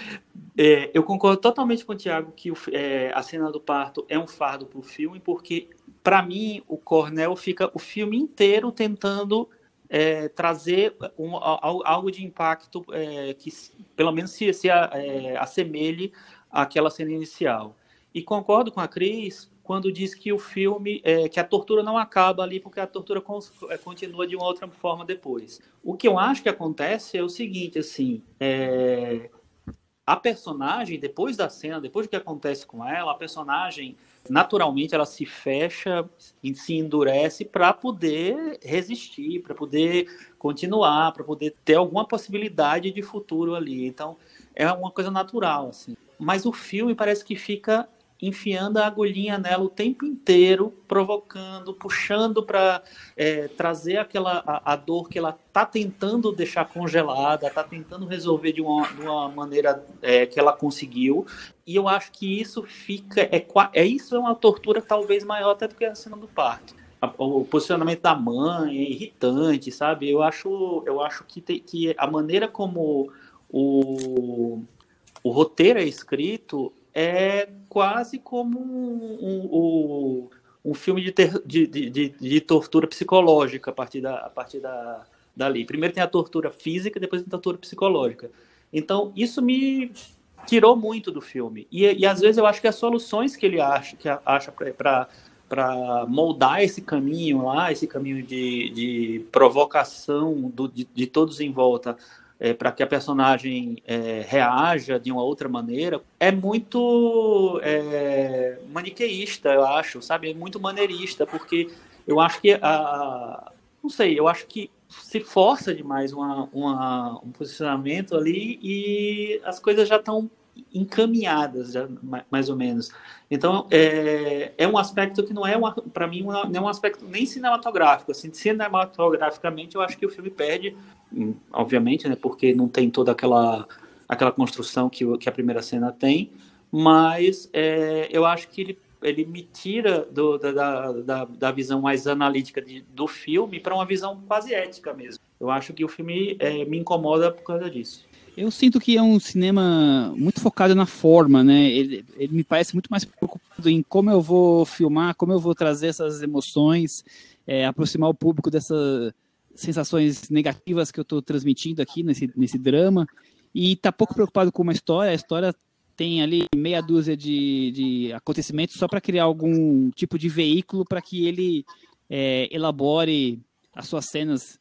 é, eu concordo totalmente com o Thiago que o, é, a cena do parto é um fardo para o filme, porque, para mim, o Cornell fica o filme inteiro tentando... É, trazer um, algo de impacto é, que pelo menos se, se é, assemelhe àquela cena inicial. E concordo com a Cris quando diz que o filme, é, que a tortura não acaba ali, porque a tortura continua de uma outra forma depois. O que eu acho que acontece é o seguinte, assim, é, a personagem, depois da cena, depois do que acontece com ela, a personagem, naturalmente, ela se fecha e se endurece para poder resistir, para poder continuar, para poder ter alguma possibilidade de futuro ali. Então, é uma coisa natural, assim. Mas o filme parece que fica enfiando a agulhinha nela o tempo inteiro, provocando, puxando para é, trazer aquela, a, a dor que ela está tentando deixar congelada, está tentando resolver de uma, de uma maneira é, que ela conseguiu. E eu acho que isso fica... É, é, isso é uma tortura talvez maior até do que a cena do parto. O posicionamento da mãe é irritante, sabe? Eu acho, eu acho que, te, que a maneira como o... o roteiro é escrito, é quase como um, um, um, um filme de, ter, de, de, de, de tortura psicológica a partir, da, a partir da, dali. Primeiro tem a tortura física, depois tem a tortura psicológica. Então, isso me tirou muito do filme. E, e às vezes eu acho que as soluções que ele acha, que acha para para moldar esse caminho lá, esse caminho de, de provocação do, de, de todos em volta, é, para que a personagem é, reaja de uma outra maneira, é muito é, maniqueísta, eu acho, sabe? É muito maneirista, porque eu acho que, a, não sei, eu acho que se força demais uma, uma, um posicionamento ali e as coisas já estão encaminhadas, já, mais ou menos. Então, é, é um aspecto que não é, para mim, uma, não é um aspecto nem cinematográfico. Assim, cinematograficamente, eu acho que o filme perde, obviamente, né, porque não tem toda aquela, aquela construção que, que a primeira cena tem, mas é, eu acho que ele, ele me tira do, da, da, da visão mais analítica de, do filme para uma visão quase ética mesmo. Eu acho que o filme é, me incomoda por causa disso. Eu sinto que é um cinema muito focado na forma, né? Ele, ele me parece muito mais preocupado em como eu vou filmar, como eu vou trazer essas emoções, é, aproximar o público dessas sensações negativas que eu estou transmitindo aqui nesse, nesse drama. E está pouco preocupado com uma história. A história tem ali meia dúzia de, de acontecimentos só para criar algum tipo de veículo para que ele é, elabore as suas cenas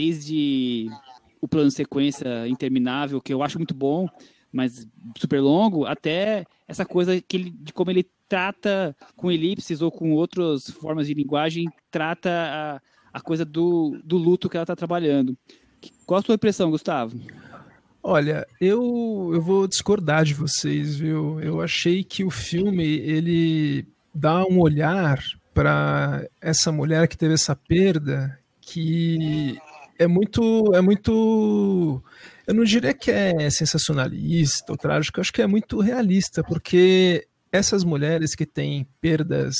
desde o plano de sequência interminável, que eu acho muito bom, mas super longo, até essa coisa que ele, de como ele trata com elipses ou com outras formas de linguagem, trata a, a coisa do, do luto que ela está trabalhando. Qual a sua impressão, Gustavo? Olha, eu, eu vou discordar de vocês, viu? Eu achei que o filme, ele dá um olhar para essa mulher que teve essa perda que é muito, é muito, eu não diria que é sensacionalista ou trágico, eu acho que é muito realista, porque essas mulheres que têm perdas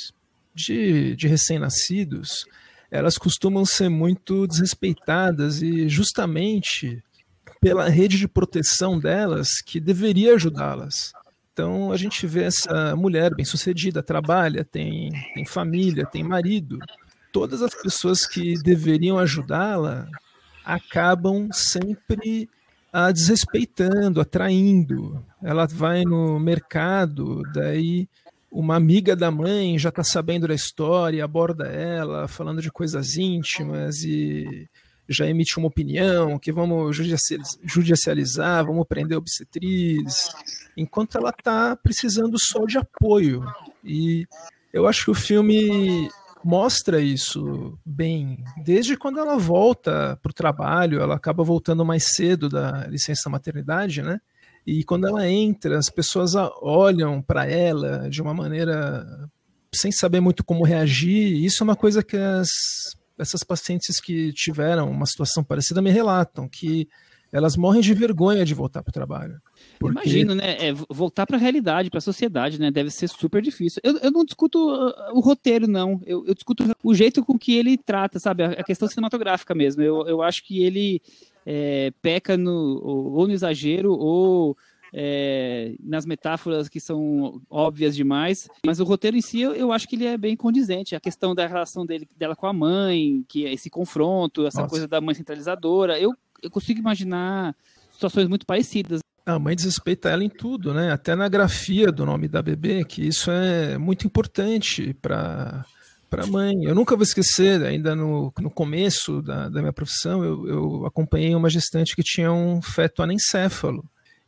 de, de recém-nascidos, elas costumam ser muito desrespeitadas e justamente pela rede de proteção delas que deveria ajudá-las. Então a gente vê essa mulher bem-sucedida, trabalha, tem, tem família, tem marido. Todas as pessoas que deveriam ajudá-la acabam sempre a desrespeitando, atraindo. Ela vai no mercado, daí uma amiga da mãe já está sabendo da história, aborda ela, falando de coisas íntimas e já emite uma opinião, que vamos judicializar, vamos prender a obstetriz, enquanto ela está precisando só de apoio. E eu acho que o filme mostra isso bem, desde quando ela volta para o trabalho, ela acaba voltando mais cedo da licença maternidade, né? E quando ela entra, as pessoas olham para ela de uma maneira sem saber muito como reagir. Isso é uma coisa que as, essas pacientes que tiveram uma situação parecida me relatam, que elas morrem de vergonha de voltar para o trabalho. Porque... Imagino, né? É, voltar para a realidade, para a sociedade, né? Deve ser super difícil. Eu, eu não discuto o roteiro, não. Eu, eu discuto o jeito com que ele trata, sabe? A, a questão cinematográfica mesmo. Eu, eu acho que ele é, peca no, ou no exagero ou é, nas metáforas que são óbvias demais. Mas o roteiro em si, eu, eu acho que ele é bem condizente. A questão da relação dele, dela com a mãe, que é esse confronto, essa Nossa. coisa da mãe centralizadora. Eu, eu consigo imaginar situações muito parecidas. A mãe desrespeita ela em tudo, né? Até na grafia do nome da bebê, que isso é muito importante para a mãe. Eu nunca vou esquecer, ainda no, no começo da, da minha profissão, eu, eu acompanhei uma gestante que tinha um feto anencéfalo.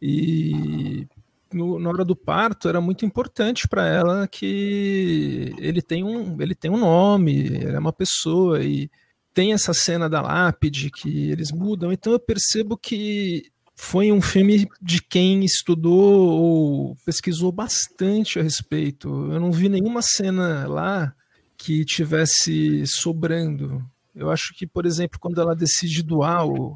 E no, na hora do parto era muito importante para ela que ele tem, um, ele tem um nome, ele é uma pessoa, e tem essa cena da lápide que eles mudam. Então eu percebo que foi um filme de quem estudou ou pesquisou bastante a respeito. Eu não vi nenhuma cena lá que tivesse sobrando. Eu acho que, por exemplo, quando ela decide doar o,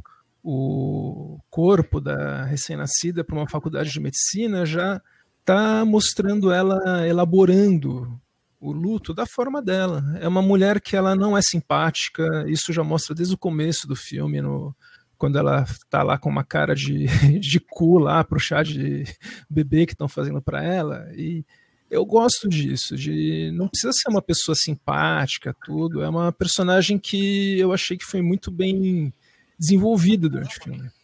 o corpo da recém-nascida para uma faculdade de medicina, já está mostrando ela elaborando o luto da forma dela. É uma mulher que ela não é simpática, isso já mostra desde o começo do filme, no quando ela tá lá com uma cara de, de cu lá pro chá de bebê que estão fazendo para ela, e eu gosto disso, de não precisa ser uma pessoa simpática, tudo, é uma personagem que eu achei que foi muito bem desenvolvida durante o filme.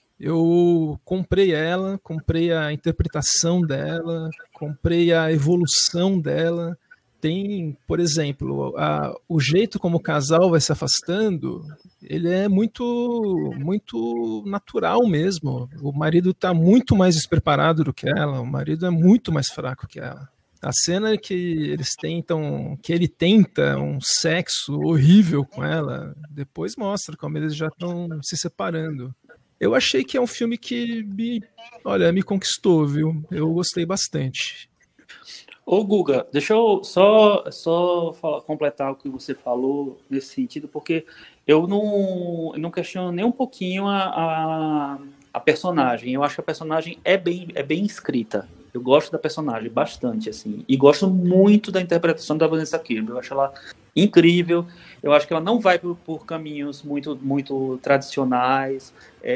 Eu comprei ela, comprei a interpretação dela, comprei a evolução dela. Tem, por exemplo, a, o jeito como o casal vai se afastando, ele é muito, muito natural mesmo. O marido está muito mais despreparado do que ela, o marido é muito mais fraco que ela. A cena que eles tentam, que ele tenta um sexo horrível com ela, depois mostra como eles já estão se separando. Eu achei que é um filme que me, olha, me conquistou, viu? Eu gostei bastante. Ô, Guga, deixa eu só, só falar, completar o que você falou nesse sentido, porque eu não, eu não questiono nem um pouquinho a, a, a personagem. Eu acho que a personagem é bem, é bem escrita. Eu gosto da personagem bastante, assim. E gosto muito da interpretação da Vanessa Kirby. Eu acho ela incrível. Eu acho que ela não vai por, por caminhos muito, muito tradicionais,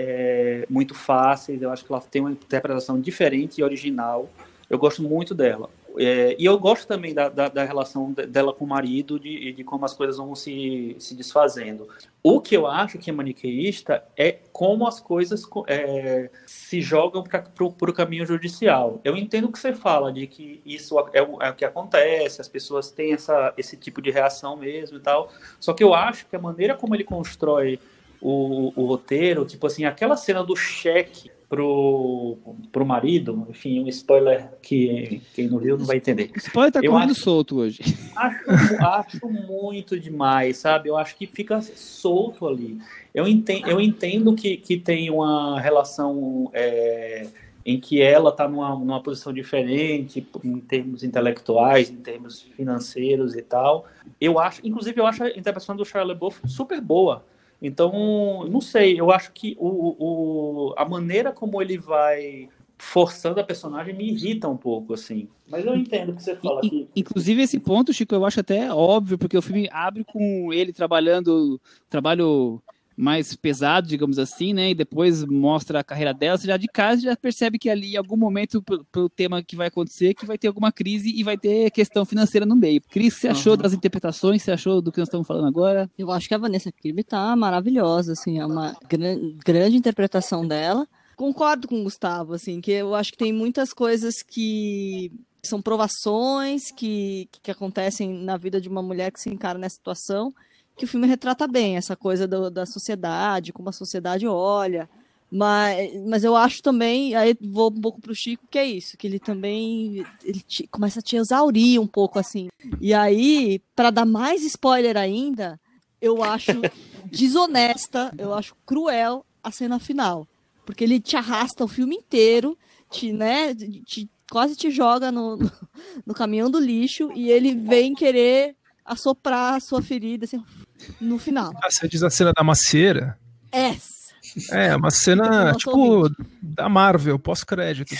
é, muito fáceis. Eu acho que ela tem uma interpretação diferente e original. Eu gosto muito dela. É, e eu gosto também da, da, da relação dela com o marido e de, de como as coisas vão se, se desfazendo. O que eu acho que é maniqueísta é como as coisas é, se jogam para o caminho judicial. Eu entendo o que você fala, de que isso é o, é o que acontece, as pessoas têm essa, esse tipo de reação mesmo e tal. Só que eu acho que a maneira como ele constrói o, o roteiro, tipo assim, aquela cena do cheque pro, pro marido, enfim, um spoiler que quem não viu não vai entender. O spoiler tá correndo solto hoje. Acho, acho muito demais, sabe? Eu acho que fica solto ali. Eu entendo, eu entendo que, que tem uma relação é, em que ela está numa, numa posição diferente em termos intelectuais, em termos financeiros e tal. Eu acho, inclusive, eu acho a interpretação do Shia LaBeouf super boa. Então, não sei, eu acho que o, o, a maneira como ele vai forçando a personagem me irrita um pouco, assim. Mas eu entendo o que você fala aqui. Inclusive, esse ponto, Chico, eu acho até óbvio, porque o filme abre com ele trabalhando, trabalho mais pesado, digamos assim, né, e depois mostra a carreira dela, você já de casa já percebe que ali, em algum momento, pelo tema que vai acontecer, que vai ter alguma crise e vai ter questão financeira no meio. Cris, você achou uhum. das interpretações, você achou do que nós estamos falando agora? Eu acho que a Vanessa Kirby tá maravilhosa, assim, é uma gran grande interpretação dela. Concordo com o Gustavo, assim, que eu acho que tem muitas coisas que são provações que, que acontecem na vida de uma mulher que se encara nessa situação, que o filme retrata bem essa coisa do, da sociedade, como a sociedade olha, mas, mas eu acho também, aí vou um pouco pro Chico, que é isso, que ele também ele te, começa a te exaurir um pouco, assim, e aí, para dar mais spoiler ainda, eu acho desonesta, eu acho cruel a cena final, porque ele te arrasta o filme inteiro, te, né, te, quase te joga no, no, no caminhão do lixo, e ele vem querer assoprar a sua ferida assim, no final. Ah, você diz a cena da macieira? É. É, uma cena, tipo, ouvinte. Da Marvel, pós-crédito.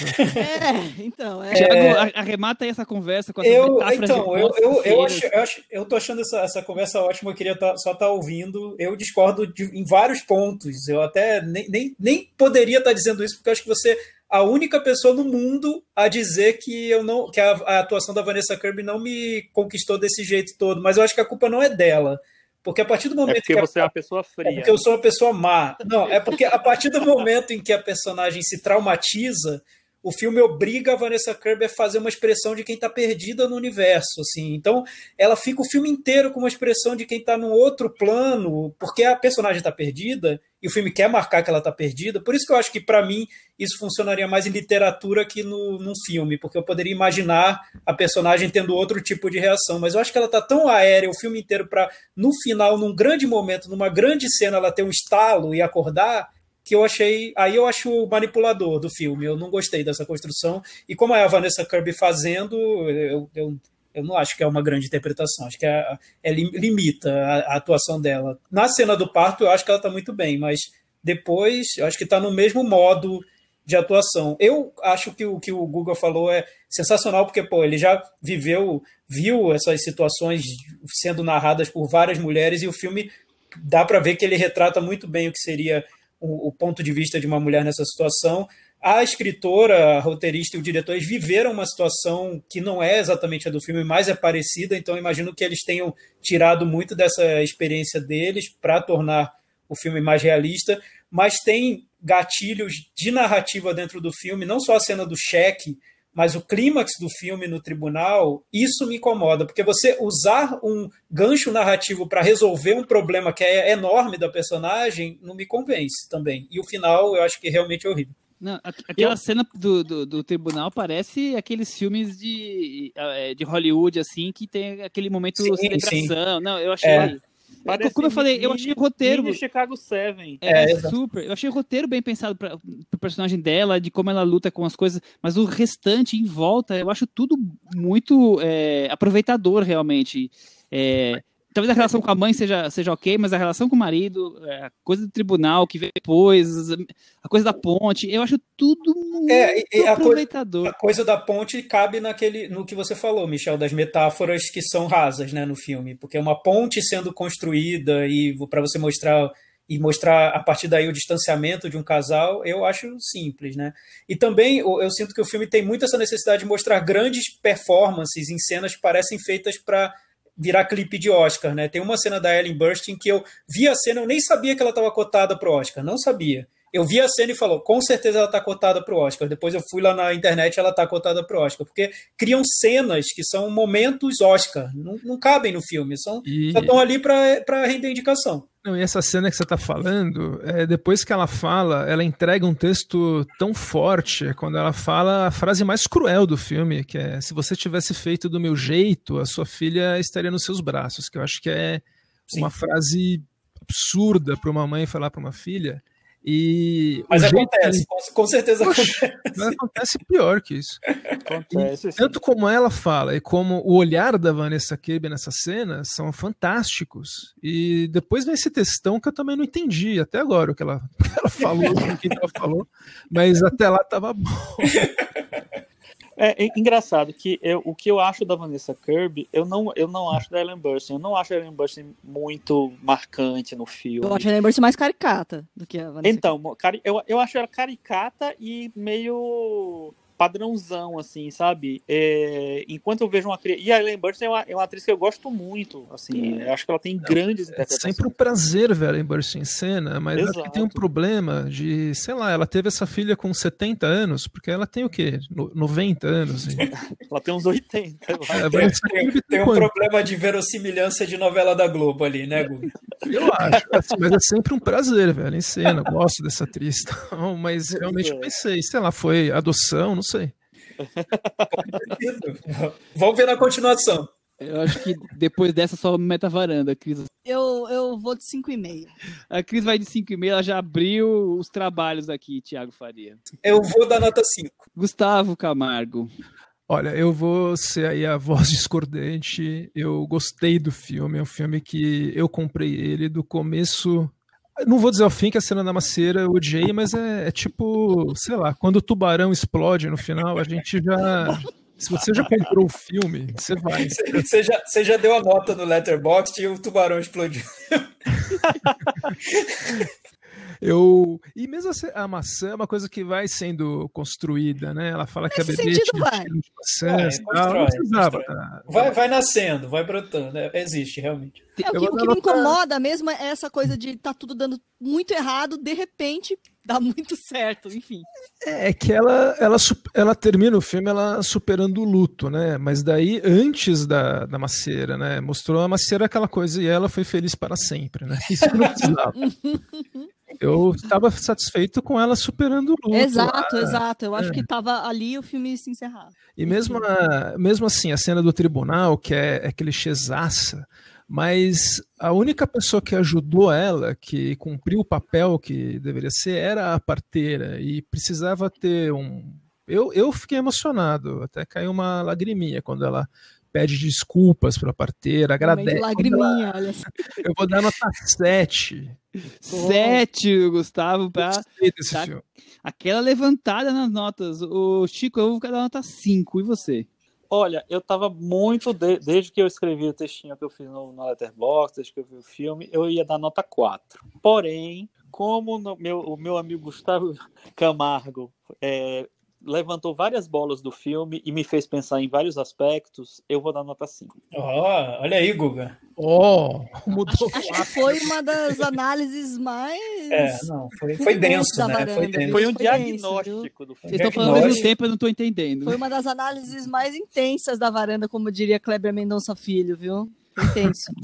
É, então. É... Tiago, arremata aí essa conversa com essa eu, metáfora então, de eu, eu, eu, acho, eu, acho, eu tô achando essa, essa conversa ótima, eu queria tá, só estar tá ouvindo. Eu discordo de, em vários pontos. Eu até nem, nem, nem poderia estar tá dizendo isso, porque eu acho que você a única pessoa no mundo a dizer que eu não que a, a atuação da Vanessa Kirby não me conquistou desse jeito todo, mas eu acho que a culpa não é dela, porque a partir do momento é porque que você a, é uma pessoa fria. É porque eu sou uma pessoa má. Não, é porque a partir do momento em que a personagem se traumatiza, o filme obriga a Vanessa Kirby a fazer uma expressão de quem está perdida no universo, assim. Então, ela fica o filme inteiro com uma expressão de quem está num outro plano, porque a personagem está perdida e o filme quer marcar que ela está perdida. Por isso que eu acho que, para mim, isso funcionaria mais em literatura que no, num filme, porque eu poderia imaginar a personagem tendo outro tipo de reação. Mas eu acho que ela está tão aérea o filme inteiro para, no final, num grande momento, numa grande cena, ela ter um estalo e acordar, que eu achei, aí eu acho manipulador do filme, eu não gostei dessa construção, e como é a Vanessa Kirby fazendo, eu, eu, eu não acho que é uma grande interpretação, acho que é, é limita a, a atuação dela. Na cena do parto eu acho que ela está muito bem, mas depois eu acho que está no mesmo modo de atuação. Eu acho que o que o Guga falou é sensacional, porque pô, ele já viveu, viu essas situações sendo narradas por várias mulheres, e o filme dá para ver que ele retrata muito bem o que seria o, o ponto de vista de uma mulher nessa situação. A escritora, a roteirista e o diretor eles viveram uma situação que não é exatamente a do filme, mas é parecida, então imagino que eles tenham tirado muito dessa experiência deles para tornar o filme mais realista, mas tem gatilhos de narrativa dentro do filme, não só a cena do cheque, mas o clímax do filme no tribunal, isso me incomoda, porque você usar um gancho narrativo para resolver um problema que é enorme da personagem não me convence também. E o final eu acho que realmente é horrível. Não, aquela eu... cena do, do, do tribunal parece aqueles filmes de, de Hollywood, assim, que tem aquele momento de celebração. Sim. Não, eu achei... É. Parece Como eu falei, mini, eu achei o roteiro... Mini Chicago Seven. É, é super. Eu achei o roteiro bem pensado para o personagem dela, de como ela luta com as coisas, mas o restante, em volta, eu acho tudo muito é, aproveitador, realmente. É, talvez a relação com a mãe seja, seja ok, mas a relação com o marido, a coisa do tribunal que veio depois, a coisa da ponte, eu acho tudo muito é, e aproveitador. A coisa, a coisa da ponte cabe naquele, no que você falou, Michel, das metáforas que são rasas, né, no filme, porque é uma ponte sendo construída e para você mostrar e mostrar a partir daí o distanciamento de um casal, eu acho simples, né? E também eu, eu sinto que o filme tem muito essa necessidade de mostrar grandes performances em cenas que parecem feitas para virar clipe de Oscar, né? Tem uma cena da Ellen Burstyn que eu vi a cena, eu nem sabia que ela estava cotada para o Oscar, não sabia. Eu vi a cena e falou, com certeza ela está cotada para o Oscar. Depois eu fui lá na internet e ela está cotada para o Oscar, porque criam cenas que são momentos Oscar, não, não cabem no filme, são, e... só estão ali para render indicação. Não, e essa cena que você está falando, é, depois que ela fala, ela entrega um texto tão forte, quando ela fala a frase mais cruel do filme, que é, se você tivesse feito do meu jeito, a sua filha estaria nos seus braços, que eu acho que é Sim. uma frase absurda para uma mãe falar para uma filha. E mas acontece, jeito... com certeza Poxa, acontece. Mas acontece pior que isso. Acontece, e, tanto como ela fala e como o olhar da Vanessa Kirby nessa cena são fantásticos. E depois vem esse textão que eu também não entendi até agora o que ela, o que ela falou, o que ela falou, mas até lá estava bom. É, é engraçado que eu, o que eu acho da Vanessa Kirby, eu não, eu não acho da Ellen Burstyn. Eu não acho a Ellen Burstyn muito marcante no filme. Eu acho a Ellen Burstyn mais caricata do que a Vanessa Então, Kirby. eu, eu acho ela caricata e meio padrãozão, assim, sabe? É, enquanto eu vejo uma... E a Ellen Burstyn é uma, é uma atriz que eu gosto muito, assim. Eu acho que ela tem não, grandes é interpretações. É sempre um prazer ver a Ellen Burstyn em cena, mas Exato. Acho que tem um problema de, sei lá, ela teve essa filha com setenta anos, porque ela tem o quê? noventa anos? E... ela tem uns oitenta. É, tem, tem, tem um problema de verossimilhança de novela da Globo ali, né, Guga? Eu acho, assim, mas é sempre um prazer, velho, em cena. Eu gosto dessa atriz, então, mas realmente eu pensei, sei lá, foi adoção, não sei. Vamos ver na continuação. Eu acho que depois dessa só meta varanda, Cris. Eu, eu vou de cinco e meio. A Cris vai de cinco e meio, ela já abriu os trabalhos aqui, Thiago Faria. Eu vou dar nota cinco. Gustavo Camargo. Olha, eu vou ser aí a voz discordante. Eu gostei do filme, é um filme que eu comprei ele do começo... Não vou dizer ao fim que a cena da macieira eu odiei, mas é, é tipo, sei lá, quando o tubarão explode no final, a gente já... Se você já comprou o filme, você vai. Você já, você já deu a nota no Letterboxd e o tubarão explodiu. Eu... E mesmo a maçã é uma coisa que vai sendo construída, né? Ela fala que a bebê tinha vai. de maçãs, é, tal, não precisava. Tá? Vai, vai nascendo, vai brotando, é, existe realmente. É, o que, o que me incomoda mesmo é essa coisa de tá tudo dando muito errado, de repente dá muito certo, enfim. É que ela, ela, ela termina o filme ela superando o luto, né? Mas daí, antes da, da macieira, né? Mostrou a macieira aquela coisa e ela foi feliz para sempre, né? Isso que não precisava. Eu estava satisfeito com ela superando o luto. Exato, lá. exato. Eu acho é. que estava ali o filme se encerrava. E mesmo, a, mesmo assim, a cena do tribunal, que é, é clichêzaça, mas a única pessoa que ajudou ela, que cumpriu o papel que deveria ser, era a parteira. E precisava ter um... Eu, eu fiquei emocionado, até caiu uma lagriminha quando ela pede desculpas para a parteira, agradece. Lagriminha, ela... olha só. Eu vou dar nota sete. Sete, Gustavo, pra tá... aquela levantada nas notas. O Chico, eu vou dar nota cinco, e você? Olha, eu tava muito, de... desde que eu escrevi o textinho que eu fiz no, no Letterboxd, desde que eu vi o filme, eu ia dar nota quatro. Porém, como no, meu, o meu amigo Gustavo Camargo é, levantou várias bolas do filme e me fez pensar em vários aspectos, eu vou dar nota cinco. Ó, olha aí, Guga. Oh, mudou. Acho que foi uma das análises mais. É, não, foi, foi denso, da né? Foi varanda, denso. Foi um Foi denso, diagnóstico do Vocês filme. estão falando ao mesmo Diagnóstico. tempo, eu não estou entendendo. Foi uma das análises mais intensas da varanda, como diria Kleber Mendonça Filho, viu? Foi intenso.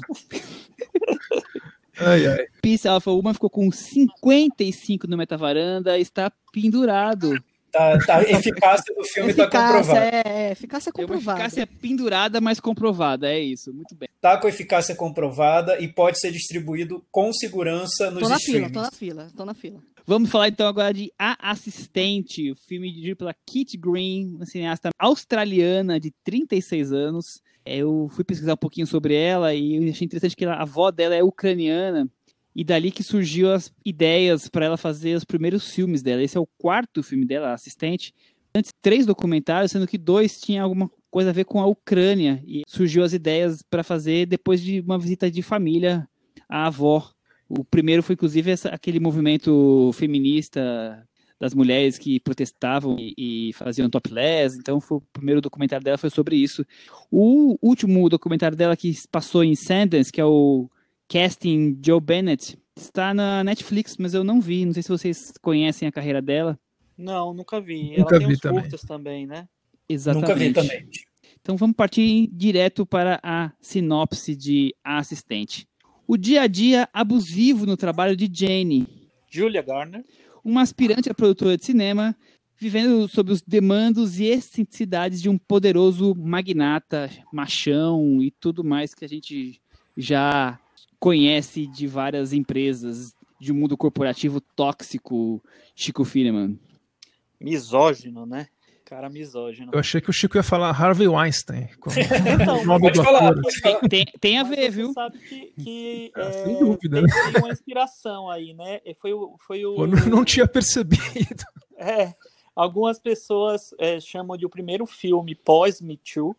Ai, ai. Peace Alpha Woman ficou com cinquenta e cinco no Metavaranda, está pendurado. Tá, tá, a eficácia do filme está Eficácia, comprovada. é, é, eficácia Tem uma comprovada. eficácia pendurada, mas comprovada, é isso, muito bem. Tá com eficácia comprovada e pode ser distribuído com segurança nos Tô na fila, streamings. tô na fila, tô na fila. Vamos falar então agora de A Assistente, o filme dirigido pela Kit Green, uma cineasta australiana de trinta e seis anos. Eu fui pesquisar um pouquinho sobre ela e eu achei interessante que ela, a avó dela é ucraniana e dali que surgiu as ideias para ela fazer os primeiros filmes dela. Esse é o quarto filme dela, A Assistente. Antes, três documentários, sendo que dois tinham alguma coisa a ver com a Ucrânia. E surgiu as ideias para fazer depois de uma visita de família à avó. O primeiro foi, inclusive, essa, aquele movimento feminista das mulheres que protestavam e, e faziam topless. Então, foi, o primeiro documentário dela foi sobre isso. O último documentário dela que passou em Sundance, que é o Casting Joe Bennett, está na Netflix, mas eu não vi. Não sei se vocês conhecem a carreira dela. Não, nunca vi. Nunca Ela tem vi uns também. curtas também, né? Exatamente. Nunca vi também. Então vamos partir direto para a sinopse de A Assistente. O dia a dia abusivo no trabalho de Jane, Julia Garner. uma aspirante a produtora de cinema, vivendo sob os demandos e excentricidades de um poderoso magnata, machão e tudo mais que a gente já conhece de várias empresas, de um mundo corporativo tóxico, Chico Firman. Misógino, né? Cara misógino. Eu achei que o Chico ia falar Harvey Weinstein. Com Então, o nome Pode do falar, ator. pode falar. Tem, tem a Mas ver, você viu? sabe que, que Ah, é, sem dúvida, tem, né? tem uma inspiração aí, né? E Foi o, foi o, Pô, não, não tinha percebido. É, algumas pessoas é, chamam de o primeiro filme pós-Me Too.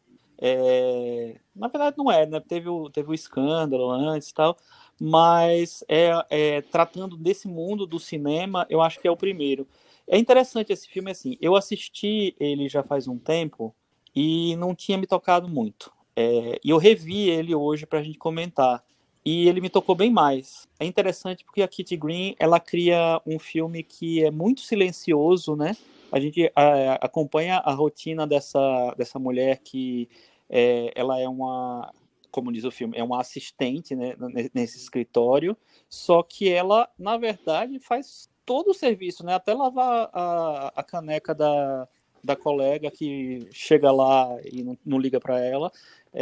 É, na verdade não é, né? Teve o, teve o escândalo antes e tal, mas é, é, tratando desse mundo do cinema, eu acho que é o primeiro. É interessante esse filme, assim, eu assisti ele já faz um tempo e não tinha me tocado muito. É, e eu revi ele hoje pra gente comentar. E ele me tocou bem mais. É interessante porque a Kit Green, ela cria um filme que é muito silencioso, né? A gente a, acompanha a rotina dessa, dessa mulher que é, ela é uma, como diz o filme, é uma assistente, né, nesse escritório, só que ela, na verdade, faz todo o serviço, né? Até lavar a, a caneca da, da colega que chega lá e não, não liga para ela.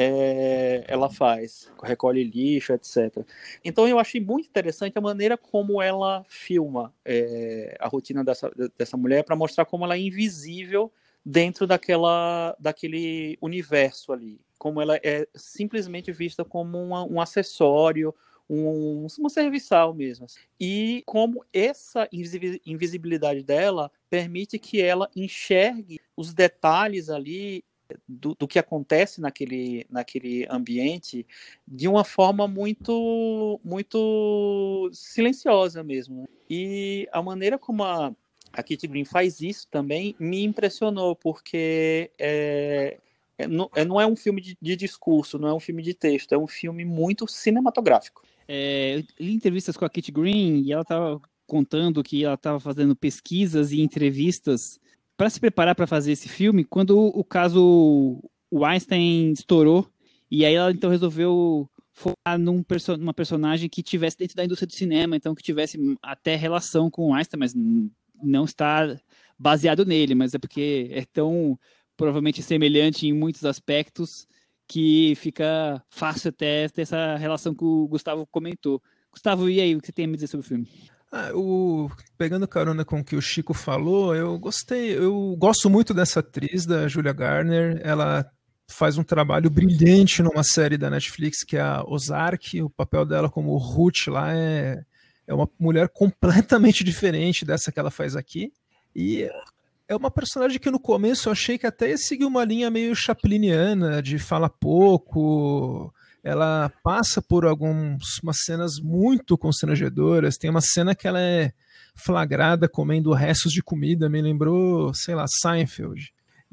É, ela faz, recolhe lixo, etcétera. Então eu achei muito interessante a maneira como ela filma é, a rotina dessa, dessa mulher para mostrar como ela é invisível dentro daquela, daquele universo ali, como ela é simplesmente vista como uma, um acessório, um, uma serviçal mesmo. E como essa invisibilidade dela permite que ela enxergue os detalhes ali Do, do que acontece naquele, naquele ambiente de uma forma muito, muito silenciosa mesmo, né? E a maneira como a, a Kit Green faz isso também me impressionou, porque é, é, não, é, não é um filme de, de discurso, não é um filme de texto, é um filme muito cinematográfico. É, eu li entrevistas com a Kit Green e ela estava contando que ela estava fazendo pesquisas e entrevistas para se preparar para fazer esse filme, quando o caso Weinstein estourou, e aí ela então resolveu focar num perso- numa personagem que tivesse dentro da indústria do cinema, então que tivesse até relação com o Weinstein, mas não está baseado nele, mas é porque é tão provavelmente semelhante em muitos aspectos que fica fácil até ter essa relação que o Gustavo comentou. Gustavo, e aí, o que você tem a me dizer sobre o filme? Ah, o, pegando carona com o que o Chico falou, eu gostei, eu gosto muito dessa atriz, da Julia Garner. Ela faz um trabalho brilhante numa série da Netflix que é a Ozark. O papel dela como Ruth lá é, é uma mulher completamente diferente dessa que ela faz aqui. E é uma personagem que no começo eu achei que até ia seguir uma linha meio chapliniana, de fala pouco, ela passa por algumas cenas muito constrangedoras. Tem uma cena que ela é flagrada comendo restos de comida, me lembrou, sei lá, Seinfeld.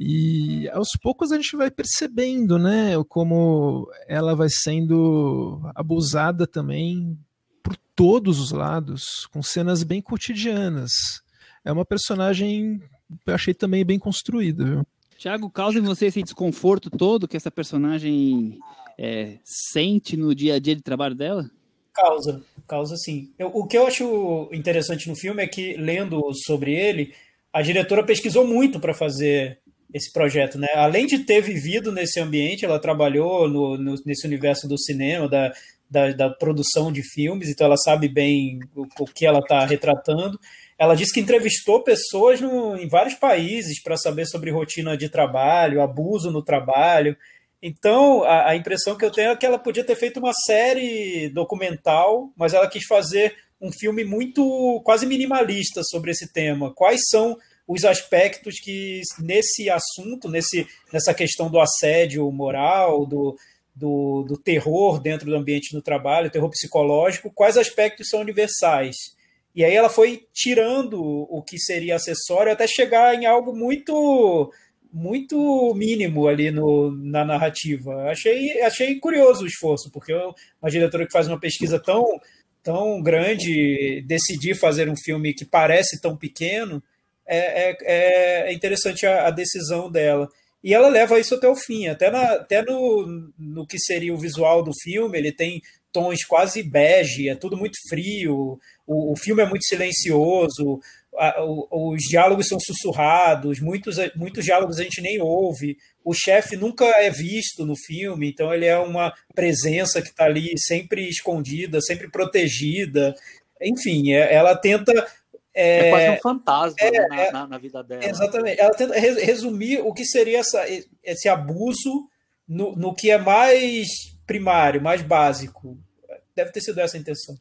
E aos poucos a gente vai percebendo, né, como ela vai sendo abusada também por todos os lados, com cenas bem cotidianas. É uma personagem que eu achei também bem construída, viu? Thiago, causa em você esse desconforto todo que essa personagem é, sente no dia a dia de trabalho dela? Causa, causa sim. Eu, o que eu acho interessante no filme é que, lendo sobre ele, a diretora pesquisou muito para fazer esse projeto, né? Além de ter vivido nesse ambiente, ela trabalhou no, no, nesse universo do cinema, da, da, da produção de filmes, então ela sabe bem o, o que ela está retratando. Ela disse que entrevistou pessoas no, em vários países para saber sobre rotina de trabalho, abuso no trabalho. Então, a, a impressão que eu tenho é que ela podia ter feito uma série documental, mas ela quis fazer um filme muito, quase minimalista sobre esse tema. Quais são os aspectos que, nesse assunto, nesse, nessa questão do assédio moral, do, do, do terror dentro do ambiente do trabalho, terror psicológico, quais aspectos são universais? E aí ela foi tirando o que seria acessório até chegar em algo muito muito mínimo ali no, na narrativa. Achei, achei curioso o esforço, porque eu, uma diretora que faz uma pesquisa tão, tão grande, decidir fazer um filme que parece tão pequeno, é, é, é interessante a, a decisão dela. E ela leva isso até o fim, até, na, até no, no que seria o visual do filme, ele tem tons quase bege, é tudo muito frio, o, o filme é muito silencioso, a, o, os diálogos são sussurrados, muitos, muitos diálogos a gente nem ouve, o chefe nunca é visto no filme, então ele é uma presença que está ali sempre escondida, sempre protegida, enfim, é, ela tenta... É, é quase um fantasma, é, né, na, é, na, na vida dela. Exatamente, ela tenta resumir o que seria essa, esse abuso no, no que é mais primário, mais básico. Deve ter sido essa a intenção.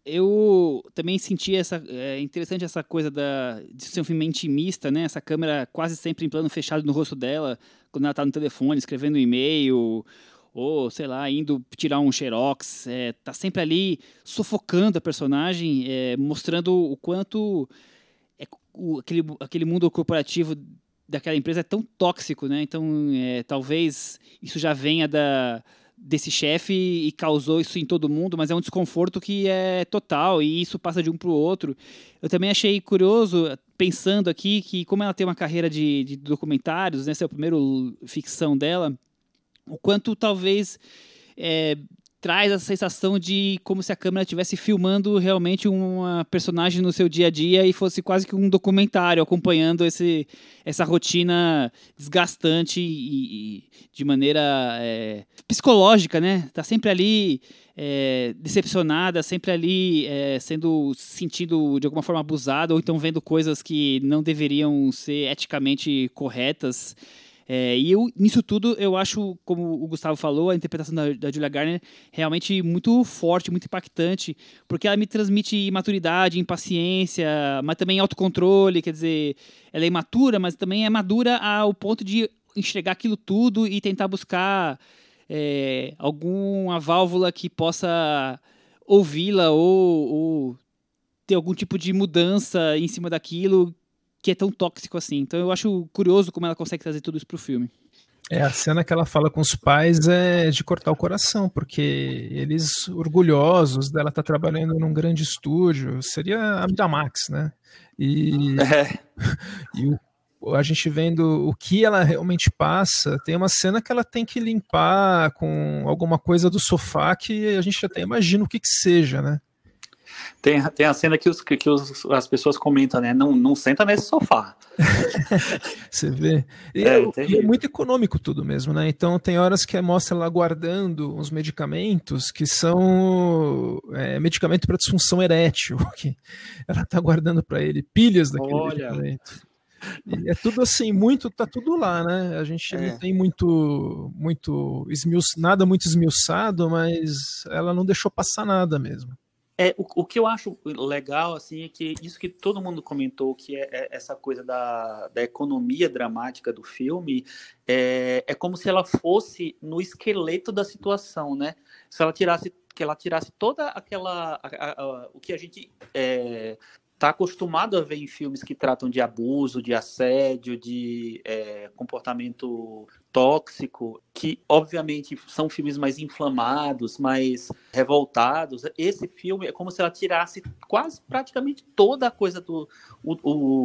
Eu também senti essa é, interessante essa coisa da, de ser um filme intimista, né? Essa câmera quase sempre em plano fechado no rosto dela, quando ela está no telefone, escrevendo um e-mail, ou, sei lá, indo tirar um xerox. É, tá sempre ali sufocando a personagem, é, mostrando o quanto é, o, aquele, aquele mundo corporativo daquela empresa é tão tóxico, né? Então, é, talvez isso já venha da... desse chefe e causou isso em todo mundo, mas é um desconforto que é total e isso passa de um para o outro. Eu também achei curioso, pensando aqui, que como ela tem uma carreira de, de documentários, né, esse é o primeiro ficção dela, o quanto talvez é, traz a sensação de como se a câmera estivesse filmando realmente uma personagem no seu dia a dia e fosse quase que um documentário acompanhando esse, essa rotina desgastante e, e de maneira é, psicológica, né? Tá sempre ali é, decepcionada, sempre ali é, sendo sentindo de alguma forma abusada ou então vendo coisas que não deveriam ser eticamente corretas. É, e eu, nisso tudo, eu acho, como o Gustavo falou, a interpretação da, da Julia Garner realmente muito forte, muito impactante, porque ela me transmite imaturidade, impaciência, mas também autocontrole, quer dizer, ela é imatura, mas também é madura ao ponto de enxergar aquilo tudo e tentar buscar é, alguma válvula que possa ouvi-la ou, ou ter algum tipo de mudança em cima daquilo que é tão tóxico assim. Então eu acho curioso como ela consegue trazer tudo isso pro filme. É, a cena que ela fala com os pais é de cortar o coração, porque eles, orgulhosos dela estar tá trabalhando num grande estúdio, seria a Miramax, né? E, é. e o, a gente vendo o que ela realmente passa, tem uma cena que ela tem que limpar com alguma coisa do sofá que a gente até imagina o que que seja, né? Tem, tem a cena que, os, que os, as pessoas comentam, né? Não, não senta nesse sofá. Você vê. E é, é, é muito econômico tudo mesmo, né? Então tem horas que mostra ela guardando uns medicamentos que são é, medicamento para disfunção erétil, que ela tá guardando para ele, pilhas daquele Olha. medicamento. E é tudo assim, muito, tá tudo lá, né? A gente é. não tem muito, muito esmiuç, nada muito esmiuçado, mas ela não deixou passar nada mesmo. É, o, o que eu acho legal, assim, é que isso que todo mundo comentou, que é, é essa coisa da, da economia dramática do filme, é, é como se ela fosse no esqueleto da situação, né? Se ela tirasse, que ela tirasse toda aquela, a, a, a, o que a gente é, tá acostumado a ver em filmes que tratam de abuso, de assédio, de é, comportamento tóxico, que obviamente são filmes mais inflamados, mais revoltados. Esse filme é como se ela tirasse quase praticamente toda a coisa do o,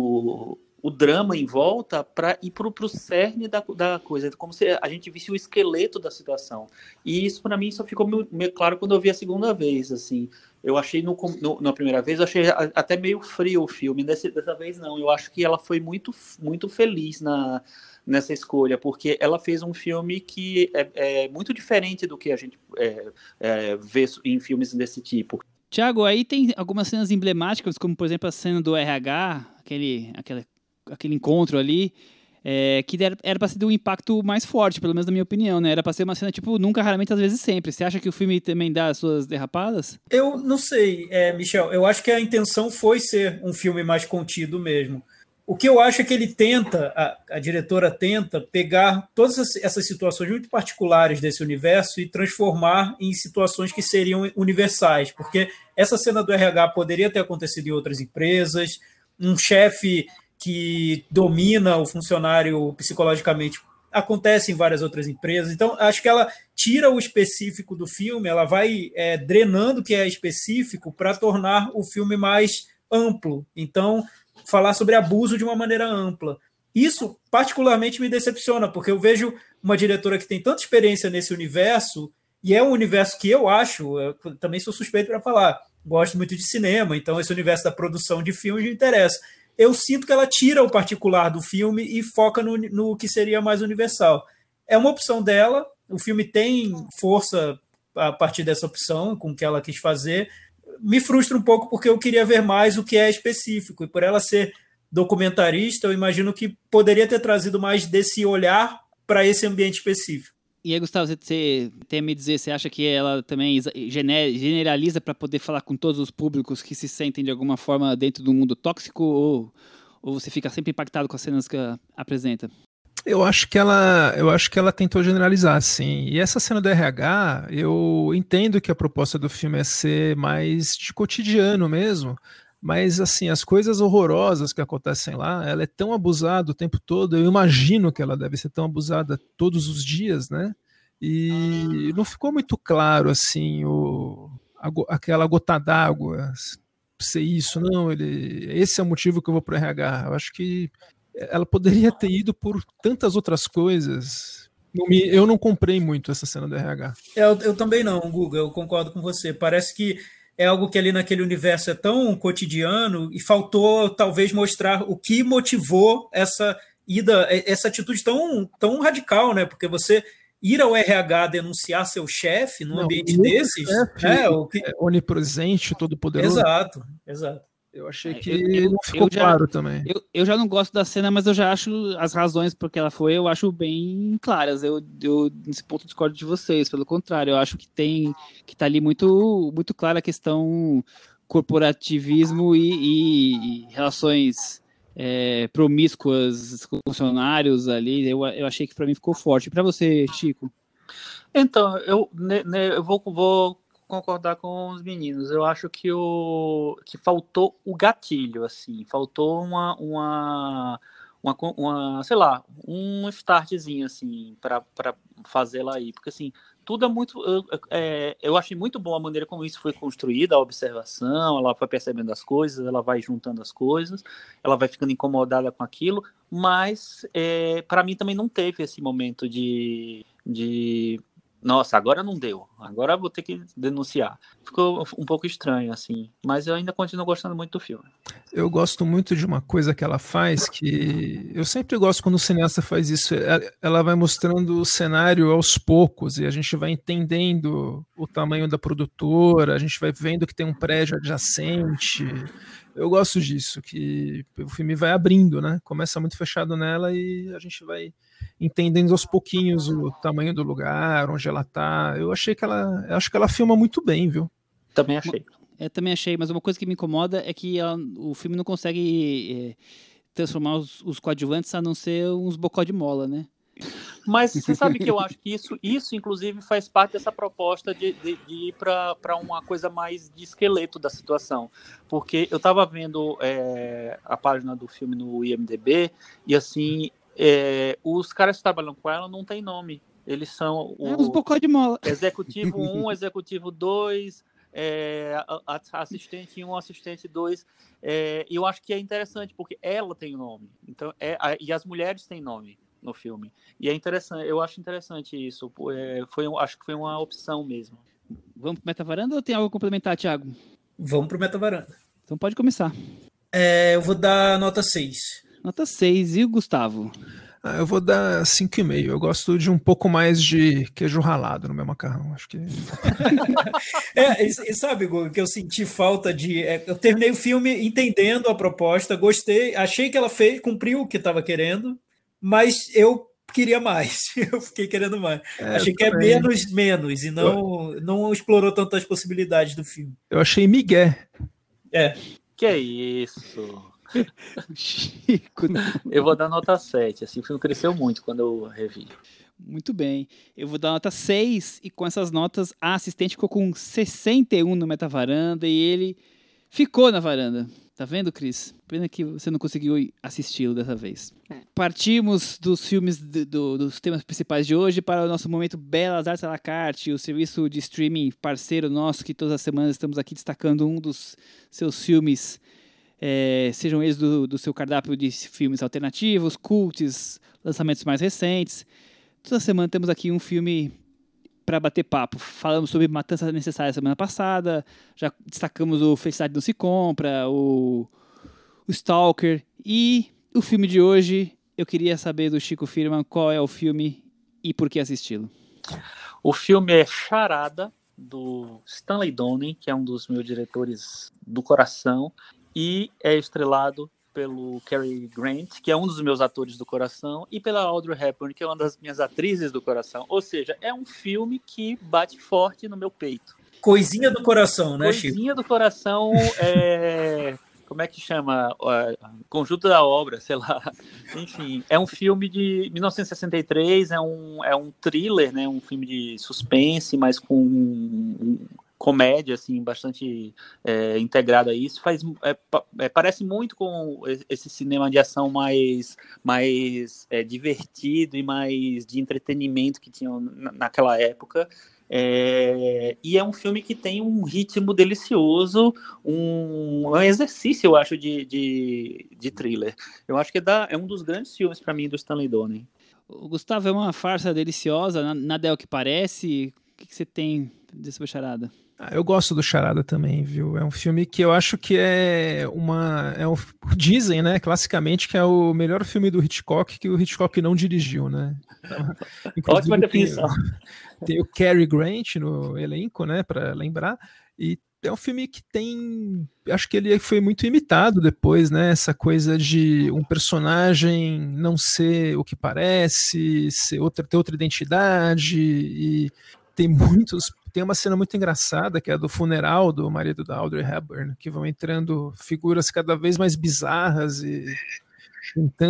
o, o drama em volta para ir para o cerne da, da coisa, como se a gente visse o esqueleto da situação. E isso para mim só ficou meio, meio claro quando eu vi a segunda vez, assim. Eu achei, no, no, na primeira vez, eu achei até meio frio o filme. Dessa, dessa vez, não. Eu acho que ela foi muito, muito feliz na, nessa escolha, porque ela fez um filme que é, é muito diferente do que a gente é, é, vê em filmes desse tipo. Tiago, aí tem algumas cenas emblemáticas, como, por exemplo, a cena do R H, aquele, aquele, aquele encontro ali, É, que era para ser de um impacto mais forte, pelo menos na minha opinião, né? Era para ser uma cena tipo nunca, raramente, às vezes sempre. Você acha que o filme também dá as suas derrapadas? Eu não sei, é, Michel. Eu acho que a intenção foi ser um filme mais contido mesmo. O que eu acho é que ele tenta, a, a diretora tenta pegar todas essas situações muito particulares desse universo e transformar em situações que seriam universais, porque essa cena do R H poderia ter acontecido em outras empresas, um chefe que domina o funcionário psicologicamente acontece em várias outras empresas. Então, acho que ela tira o específico do filme, ela vai é, drenando o que é específico para tornar o filme mais amplo. Então, falar sobre abuso de uma maneira ampla. Isso, particularmente, me decepciona, porque eu vejo uma diretora que tem tanta experiência nesse universo, e é um universo que eu acho, eu também sou suspeito para falar, gosto muito de cinema, então esse universo da produção de filmes me interessa. Eu sinto que ela tira o particular do filme e foca no, no que seria mais universal. É uma opção dela, o filme tem força a partir dessa opção, com o que ela quis fazer. Me frustra um pouco porque eu queria ver mais o que é específico, e por ela ser documentarista, eu imagino que poderia ter trazido mais desse olhar para esse ambiente específico. E aí, Gustavo, você tem a me dizer, você acha que ela também generaliza para poder falar com todos os públicos que se sentem de alguma forma dentro do mundo tóxico, ou, ou você fica sempre impactado com as cenas que ela apresenta? Eu acho que ela, eu acho que ela tentou generalizar, sim. E essa cena do R H, eu entendo que a proposta do filme é ser mais de cotidiano mesmo, mas assim, as coisas horrorosas que acontecem lá, ela é tão abusada o tempo todo, eu imagino que ela deve ser tão abusada todos os dias, né? E não ficou muito claro, assim, o, a, aquela gota d'água, ser isso, não, ele, esse é o motivo que eu vou pro R H. Eu acho que ela poderia ter ido por tantas outras coisas. Não me, eu não comprei muito essa cena do R H. Eu, eu também não, Guga, eu concordo com você. Parece que é algo que ali naquele universo é tão cotidiano e faltou talvez mostrar o que motivou essa ida, essa atitude tão, tão radical, né? Porque você ir ao R H denunciar seu chefe num não, ambiente desses, é o que é onipresente, todo poderoso. Exato, exato. Eu achei que eu, eu, não ficou já, claro também. Eu, eu já não gosto da cena, mas eu já acho as razões porque ela foi, eu acho bem claras. Eu, eu nesse ponto discordo de vocês. Pelo contrário, eu acho que tem que tá ali muito, muito clara a questão corporativismo e, e, e relações é, promíscuas com funcionários ali. Eu, eu achei que para mim ficou forte. Para você, Chico? Então, eu, ne, ne, eu vou, vou concordar com os meninos. Eu acho que o que faltou o gatilho, assim, faltou uma uma, uma, uma sei lá, um startzinho assim para fazê-la aí, porque assim, tudo é muito eu, é, eu achei muito bom a maneira como isso foi construída, a observação, ela vai percebendo as coisas, ela vai juntando as coisas, ela vai ficando incomodada com aquilo, mas é, para mim também não teve esse momento de, de nossa, agora não deu, agora vou ter que denunciar. Ficou um pouco estranho, assim, mas eu ainda continuo gostando muito do filme. Eu gosto muito de uma coisa que ela faz, que eu sempre gosto quando o cineasta faz isso, ela vai mostrando o cenário aos poucos, e a gente vai entendendo o tamanho da produtora, a gente vai vendo que tem um prédio adjacente. Eu gosto disso, que o filme vai abrindo, né? Começa muito fechado nela e a gente vai entendendo aos pouquinhos o tamanho do lugar, onde ela tá. Eu achei que ela, eu acho que ela filma muito bem, viu? Também achei. Eu também achei, mas uma coisa que me incomoda é que ela, o filme não consegue é, transformar os, os coadjuvantes a não ser uns bocó de mola, né? Mas você sabe que eu acho que isso, isso inclusive, faz parte dessa proposta de, de, de ir para uma coisa mais de esqueleto da situação. Porque eu estava vendo é, a página do filme no I M D B e, assim, é, os caras que trabalham com ela não tem nome. Eles são o É uns bocó de mola. executivo um, executivo dois, é, assistente um, assistente dois. É, e eu acho que é interessante, porque ela tem nome. Então, é, a, e as mulheres têm nome no filme. E é interessante, eu acho interessante isso. É, foi, acho que foi uma opção mesmo. Vamos pro Metavaranda ou tem algo a complementar, Thiago? Vamos pro Metavaranda. Então pode começar. É, eu vou dar nota seis. Nota seis. E o Gustavo? Ah, eu vou dar cinco e meio. Eu gosto de um pouco mais de queijo ralado no meu macarrão. Acho que... é, e, e sabe, Gu, que eu senti falta de... É, eu terminei o filme entendendo a proposta, gostei, achei que ela fez, cumpriu o que estava querendo, mas eu queria mais. Eu fiquei querendo mais. É, achei que é menos, menos, e não, eu... não explorou tantas possibilidades do filme. Eu achei migué. É. Que é isso? Chico. Eu vou dar nota sete. Assim, o filme cresceu muito quando eu revi. Muito bem. Eu vou dar nota seis e com essas notas a assistente ficou com sessenta e um no Metavaranda e ele ficou na varanda. Tá vendo, Cris? Pena que você não conseguiu assisti-lo dessa vez. É. Partimos dos filmes, do, do, dos temas principais de hoje para o nosso momento Belas Artes à la carte, o serviço de streaming parceiro nosso que todas as semanas estamos aqui destacando um dos seus filmes, é, sejam eles do, do seu cardápio de filmes alternativos, cults, lançamentos mais recentes. Toda semana temos aqui um filme para bater papo. Falamos sobre Matança Necessária semana passada, já destacamos o Felicidade Não Se Compra, o, o Stalker, e o filme de hoje, eu queria saber do Chico Firman qual é o filme e por que assisti-lo. O filme é Charada, do Stanley Donen, que é um dos meus diretores do coração, e é estrelado pelo Cary Grant, que é um dos meus atores do coração, e pela Audrey Hepburn, que é uma das minhas atrizes do coração. Ou seja, é um filme que bate forte no meu peito. Coisinha do coração, né, Chico? Coisinha do coração, é... como é que chama? Conjunto da obra, sei lá. Enfim, é um filme de mil novecentos e sessenta e três, é um, é um thriller, né? Um filme de suspense, mas com... Um, comédia, assim, bastante é, integrada a isso, faz, é, é, parece muito com esse cinema de ação mais, mais é, divertido e mais de entretenimento que tinham naquela época, é, e é um filme que tem um ritmo delicioso, um, um exercício, eu acho, de, de, de thriller. Eu acho que é, da, é um dos grandes filmes, para mim, do Stanley Donen. O Gustavo, é uma farsa deliciosa, nada é o que parece. O que, que você tem desse Charada? Ah, eu gosto do Charada também, viu? É um filme que eu acho que é uma... É um, dizem, né, classicamente, que é o melhor filme do Hitchcock que o Hitchcock não dirigiu, né? Então, ótima definição. Tem, tem o Cary Grant no elenco, né, para lembrar, e é um filme que tem... Acho que ele foi muito imitado depois, né? Essa coisa de um personagem não ser o que parece, ser outra, ter outra identidade, e tem muitos... Tem uma cena muito engraçada, que é a do funeral do marido da Audrey Hepburn, que vão entrando figuras cada vez mais bizarras e tentando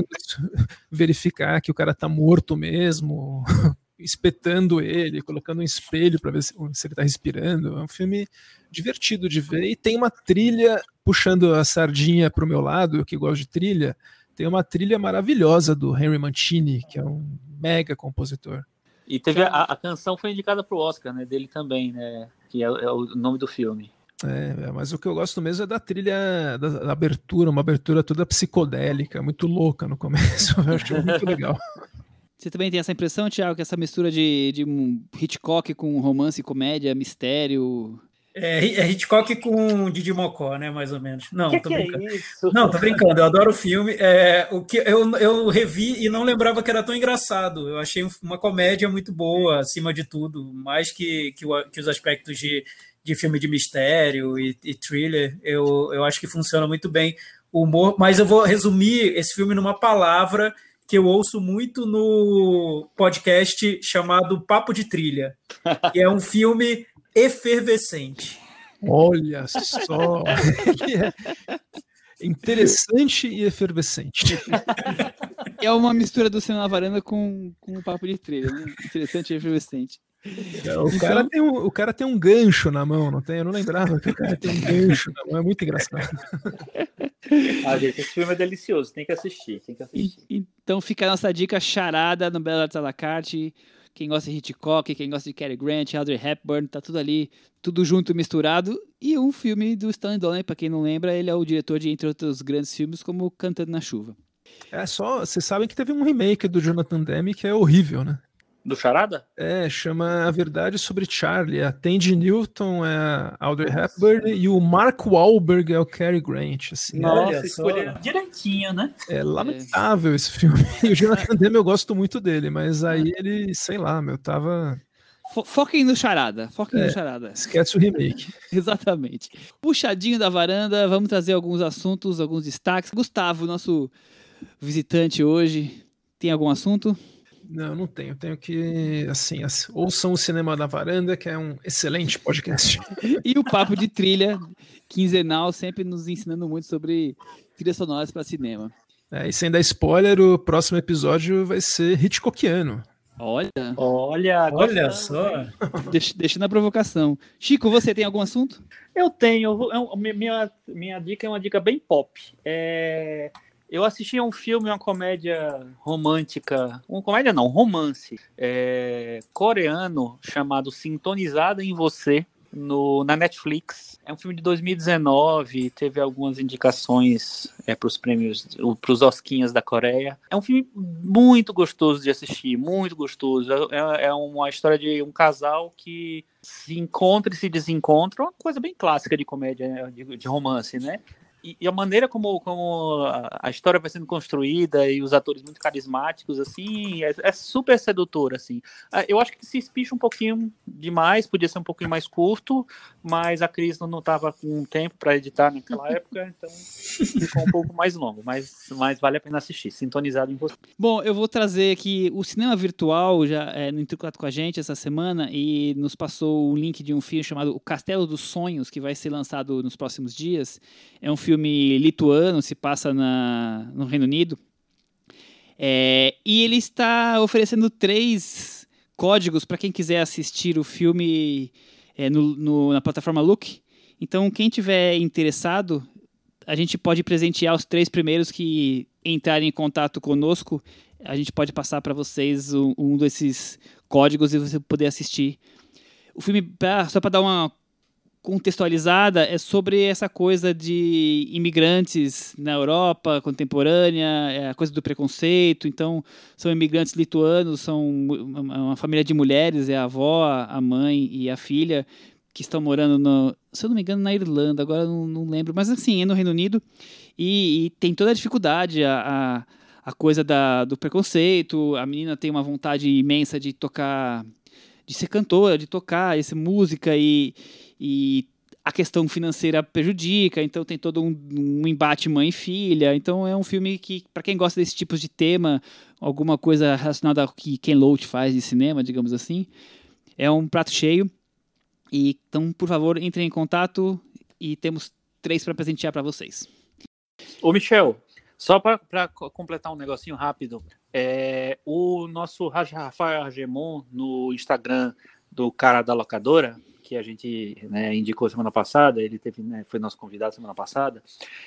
verificar que o cara tá morto mesmo, espetando ele, colocando um espelho para ver se, se ele tá respirando. É um filme divertido de ver e tem uma trilha, puxando a sardinha pro meu lado, eu que gosto de trilha, tem uma trilha maravilhosa do Henry Mancini, que é um mega compositor. E teve a, a canção foi indicada para o Oscar, né, dele também, né, que é, é o nome do filme. É, mas o que eu gosto mesmo é da trilha, da, da abertura, uma abertura toda psicodélica, muito louca no começo, eu acho muito legal. Você também tem essa impressão, Thiago, que essa mistura de, de um Hitchcock com romance, comédia, mistério... É, é Hitchcock com Didi Mocó, né, mais ou menos. Não, que tô que brincando. É isso? Não, tô brincando, eu adoro o filme. É, o que eu, eu revi e não lembrava que era tão engraçado. Eu achei uma comédia muito boa, acima de tudo, mais que, que, o, que os aspectos de, de filme de mistério e, e thriller. Eu, eu acho que funciona muito bem o humor, mas eu vou resumir esse filme numa palavra que eu ouço muito no podcast chamado Papo de Trilha, que é um filme efervescente. Olha só! É interessante e efervescente. É uma mistura do Cinema na Varanda com, com um papo de trilha, né? Interessante e efervescente. O, então... cara tem um, o cara tem um gancho na mão, não tem? Eu não lembrava que o cara tem um gancho na mão, é muito engraçado. Ah, gente, esse filme é delicioso, tem que assistir, tem que assistir. E, então fica a nossa dica charada no Bela Artes à la carte. Quem gosta de Hitchcock, quem gosta de Cary Grant, Audrey Hepburn, tá tudo ali, tudo junto, misturado. E um filme do Stanley Donen, pra quem não lembra, ele é o diretor de, entre outros grandes filmes, como Cantando na Chuva. É só, vocês sabem que teve um remake do Jonathan Demme que é horrível, né? Do Charada? É, chama A Verdade sobre Charlie. A Tandy Newton é a Audrey Hepburn e o Mark Wahlberg é o Cary Grant. Assim, Nossa, escolha direitinho, né? É lamentável é. esse filme. E o Jonathan Demme eu gosto muito dele, mas aí ele, sei lá, meu, tava... Foquem no Charada, foquem é, no Charada. Esquece o remake. Exatamente. Puxadinho da varanda, vamos trazer alguns assuntos, alguns destaques. Gustavo, nosso visitante hoje, tem algum assunto? Não, não tenho. Tenho que, assim, ouçam o Cinema da Varanda, que é um excelente podcast. E o Papo de Trilha, quinzenal, sempre nos ensinando muito sobre trilhas sonoras para cinema. É, e sem dar spoiler, o próximo episódio vai ser Hitchcockiano. Olha. Olha, olha só. Deixa, deixa na provocação. Chico, você tem algum assunto? Eu tenho. Eu, minha, minha dica é uma dica bem pop. É... Eu assisti a um filme, uma comédia romântica, uma comédia não, um romance é, coreano chamado Sintonizada em Você, no, na Netflix. É um filme de dois mil e dezenove, teve algumas indicações é, para os prêmios, para os Osquinhas da Coreia. É um filme muito gostoso de assistir, muito gostoso. É, é uma história de um casal que se encontra e se desencontra, uma coisa bem clássica de comédia, de, de romance, né? E a maneira como, como a história vai sendo construída e os atores muito carismáticos, assim, é, é super sedutor, assim. Eu acho que se espicha um pouquinho demais, podia ser um pouquinho mais curto, mas a Cris não estava com tempo para editar naquela época, então ficou um pouco mais longo, mas, mas vale a pena assistir, sintonizado em você. Bom, eu vou trazer aqui o Cinema Virtual, já é, no contato com a gente essa semana, e nos passou o link de um filme chamado O Castelo dos Sonhos, que vai ser lançado nos próximos dias. É um filme filme lituano, se passa na, no Reino Unido, é, e ele está oferecendo três códigos para quem quiser assistir o filme é, no, no, na plataforma Look. Então, quem tiver interessado, a gente pode presentear os três primeiros que entrarem em contato conosco. A gente pode passar para vocês um, um desses códigos e você poder assistir. O filme, pra, só para dar uma contextualizada, é sobre essa coisa de imigrantes na Europa contemporânea, é a coisa do preconceito. Então, são imigrantes lituanos, são uma família de mulheres, é a avó, a mãe e a filha, que estão morando, no, se eu não me engano, na Irlanda, agora não, não lembro, mas assim, é no Reino Unido, e, e tem toda a dificuldade, a, a, a coisa da, do preconceito. A menina tem uma vontade imensa de tocar, de ser cantora, de tocar essa música, e e a questão financeira prejudica, então tem todo um, um embate mãe e filha. Então é um filme que, para quem gosta desse tipo de tema, alguma coisa relacionada ao que Ken Loach faz de cinema, digamos assim, é um prato cheio. E, então, por favor, entrem em contato e temos três para presentear para vocês. Ô, Michel, só para completar um negocinho rápido, é, o nosso Rafael Argemon no Instagram do Cara da Locadora, que a gente, né, indicou semana passada, ele teve, né, foi nosso convidado semana passada,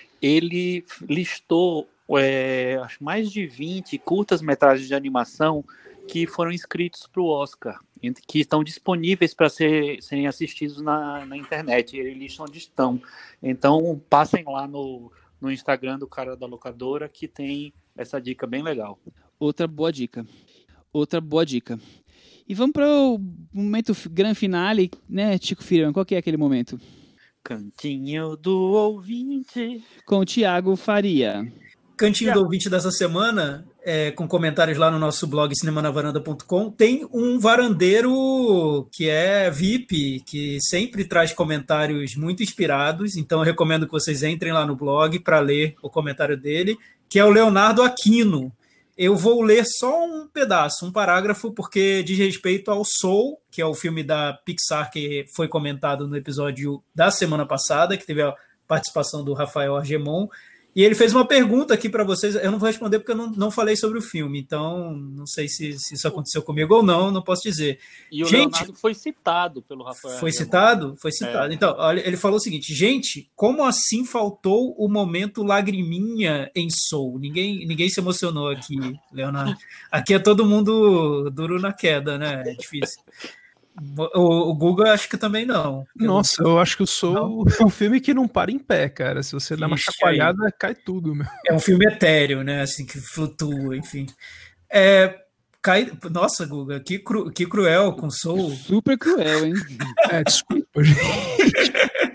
ele listou é, acho mais de vinte curtas-metragens de animação que foram inscritos para o Oscar, que estão disponíveis para ser, serem assistidos na, na internet. Ele lista onde estão. Então, passem lá no, no Instagram do Cara da Locadora, que tem essa dica bem legal. Outra boa dica. Outra boa dica. E vamos para o momento grande finale, né, Chico Firman? Qual que é aquele momento? Cantinho do Ouvinte. Com o Thiago Faria. Cantinho do Ouvinte dessa semana, é, com comentários lá no nosso blog cinema na varanda ponto com, tem um varandeiro que é V I P, que sempre traz comentários muito inspirados, então eu recomendo que vocês entrem lá no blog para ler o comentário dele, que é o Leonardo Aquino. Eu vou ler só um pedaço, um parágrafo, porque diz respeito ao Soul, que é o filme da Pixar que foi comentado no episódio da semana passada, que teve a participação do Rafael Argemon. E ele fez uma pergunta aqui para vocês. Eu não vou responder porque eu não, não falei sobre o filme, então não sei se, se isso aconteceu comigo ou não, não posso dizer. E o gente, Leonardo foi citado pelo Rafael. Foi citado? Foi citado. É. Então, olha, ele falou o seguinte: gente, como assim faltou o momento lagriminha em Soul? Ninguém, ninguém se emocionou aqui, Leonardo. Aqui é todo mundo duro na queda, né? É difícil. O, o Google acho que também não. Nossa, eu acho que o Soul é um filme que não para em pé, cara. Se você dá uma chacoalhada, aí cai tudo, meu. É um filme etéreo, né? Assim, que flutua, enfim. É, cai... Nossa, Guga, que, cru... que cruel com Soul. Super cruel, hein? É, desculpa, gente.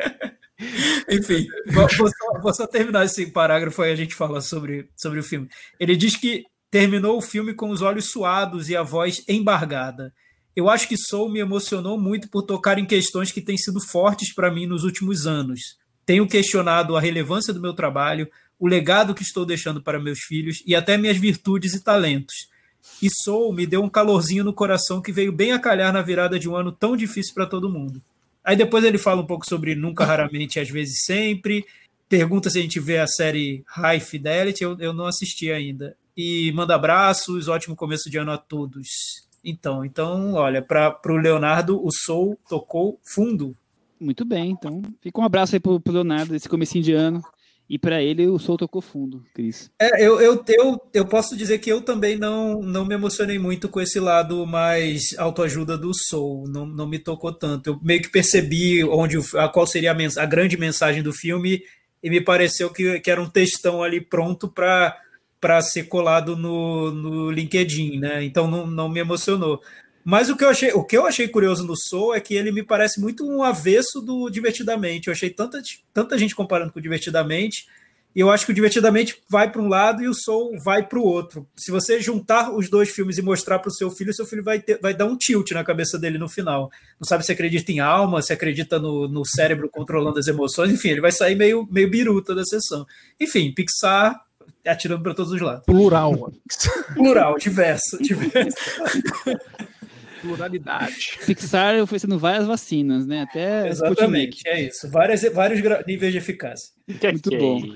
Enfim, vou só, vou só terminar esse parágrafo aí, a gente fala sobre, sobre o filme. Ele diz que terminou o filme com os olhos suados e a voz embargada. Eu acho que Soul me emocionou muito por tocar em questões que têm sido fortes para mim nos últimos anos. Tenho questionado a relevância do meu trabalho, o legado que estou deixando para meus filhos e até minhas virtudes e talentos. E Soul me deu um calorzinho no coração que veio bem a calhar na virada de um ano tão difícil para todo mundo. Aí depois ele fala um pouco sobre Nunca, Raramente, Às Vezes, Sempre. Pergunta se a gente vê a série High Fidelity. Eu, eu não assisti ainda. E manda abraços, ótimo começo de ano a todos. Então, então, olha, para o Leonardo, o Soul tocou fundo. Muito bem, então fica um abraço aí pro, pro Leonardo, esse comecinho de ano. E para ele, o Soul tocou fundo, Cris. É, eu, eu, eu, eu posso dizer que eu também não, não me emocionei muito com esse lado mais autoajuda do Soul. Não, não me tocou tanto. Eu meio que percebi onde, a, qual seria a, mens- a grande mensagem do filme e me pareceu que, que era um textão ali pronto para para ser colado no, no LinkedIn, né? Então não, não me emocionou. Mas o que, eu achei, o que eu achei curioso no Soul é que ele me parece muito um avesso do Divertidamente. Eu achei tanta, tanta gente comparando com o Divertidamente, e eu acho que o Divertidamente vai para um lado e o Soul vai para o outro. Se você juntar os dois filmes e mostrar para o seu filho, seu filho vai, ter, vai dar um tilt na cabeça dele no final. Não sabe se acredita em alma, se acredita no, no cérebro controlando as emoções, enfim, ele vai sair meio, meio biruta da sessão. Enfim, Pixar atirando para todos os lados. Plural. Plural, diverso, diverso. Pluralidade. Pixar oferecendo várias vacinas, né? Até exatamente, Sputnik. É isso. Várias, vários gra- níveis de eficácia. Muito que bom.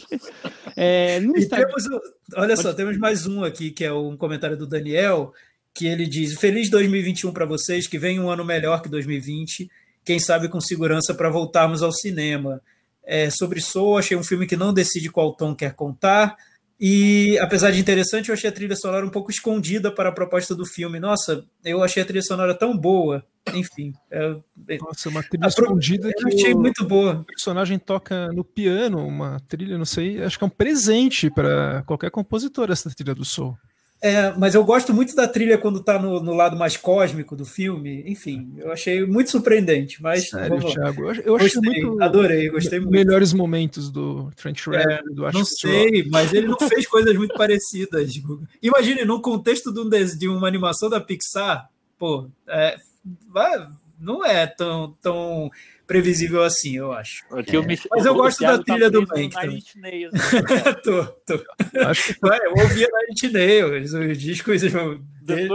É, no e Instagram... temos, olha Pode... só, temos mais um aqui, que é um comentário do Daniel, que ele diz: Feliz dois mil e vinte e um para vocês, que venha um ano melhor que dois mil e vinte, quem sabe com segurança para voltarmos ao cinema. É, sobre Soul, achei um filme que não decide qual tom quer contar, e apesar de interessante, eu achei a trilha sonora um pouco escondida para a proposta do filme. Nossa, eu achei a trilha sonora tão boa, enfim. É, Nossa, uma trilha escondida que eu achei o, muito boa. O personagem toca no piano, uma trilha, não sei, acho que é um presente para qualquer compositor essa trilha do Soul. É, mas eu gosto muito da trilha quando está no, no lado mais cósmico do filme. Enfim, eu achei muito surpreendente. Mas sério, Thiago, eu, eu achei gostei, muito adorei, gostei muito. Melhores momentos do Trent Reznor, é, do Não sei, mas ele não fez coisas muito parecidas. Imagine, no contexto de, um, de uma animação da Pixar, pô, é, não é tão, tão previsível assim, eu acho. É. Me... Mas eu gosto da trilha tá do Mank também. Nails, tô, tô. Acho que... Eu ouvia Nine Inch Nails, os discos dele,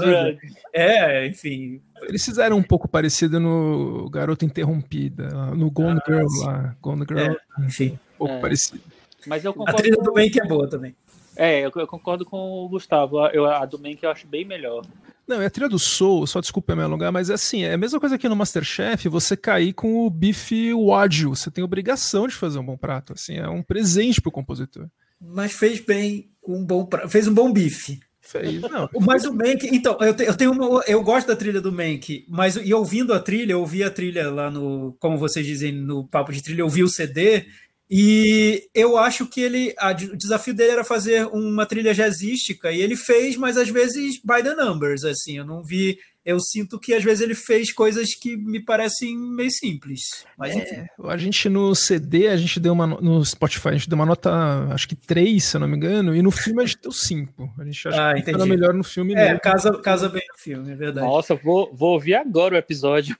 é, enfim. Eles fizeram um pouco parecido no Garota Interrompida, no Gone ah, Girl sim. lá. Gone Girl, é, enfim. Um pouco é. parecido. Mas eu a trilha do Mank é boa também. É, eu, eu concordo com o Gustavo. Eu, a do Mank eu acho bem melhor. Não, é a trilha do Soul, só desculpa me alongar, mas é assim, é a mesma coisa que no MasterChef, você cair com o bife wagyu, você tem obrigação de fazer um bom prato, assim, é um presente pro compositor. Mas fez bem um bom prato, fez um bom bife. Fez, não. Mas o Mank, então, eu, te, eu tenho uma, eu gosto da trilha do Mank, mas e ouvindo a trilha, eu ouvi a trilha lá no, como vocês dizem no Papo de Trilha, eu ouvi o C D, e eu acho que ele, a, o desafio dele era fazer uma trilha jazzística, e ele fez, mas às vezes by the numbers, assim, eu não vi, eu sinto que às vezes ele fez coisas que me parecem meio simples, mas enfim. É, a gente no C D, a gente deu uma, no Spotify, a gente deu uma nota, acho que três, se eu não me engano, e no filme a gente deu cinco, a gente acha ah, que era melhor no filme. É, mesmo. casa, casa bem no filme, é verdade. Nossa, vou, vou ouvir agora o episódio.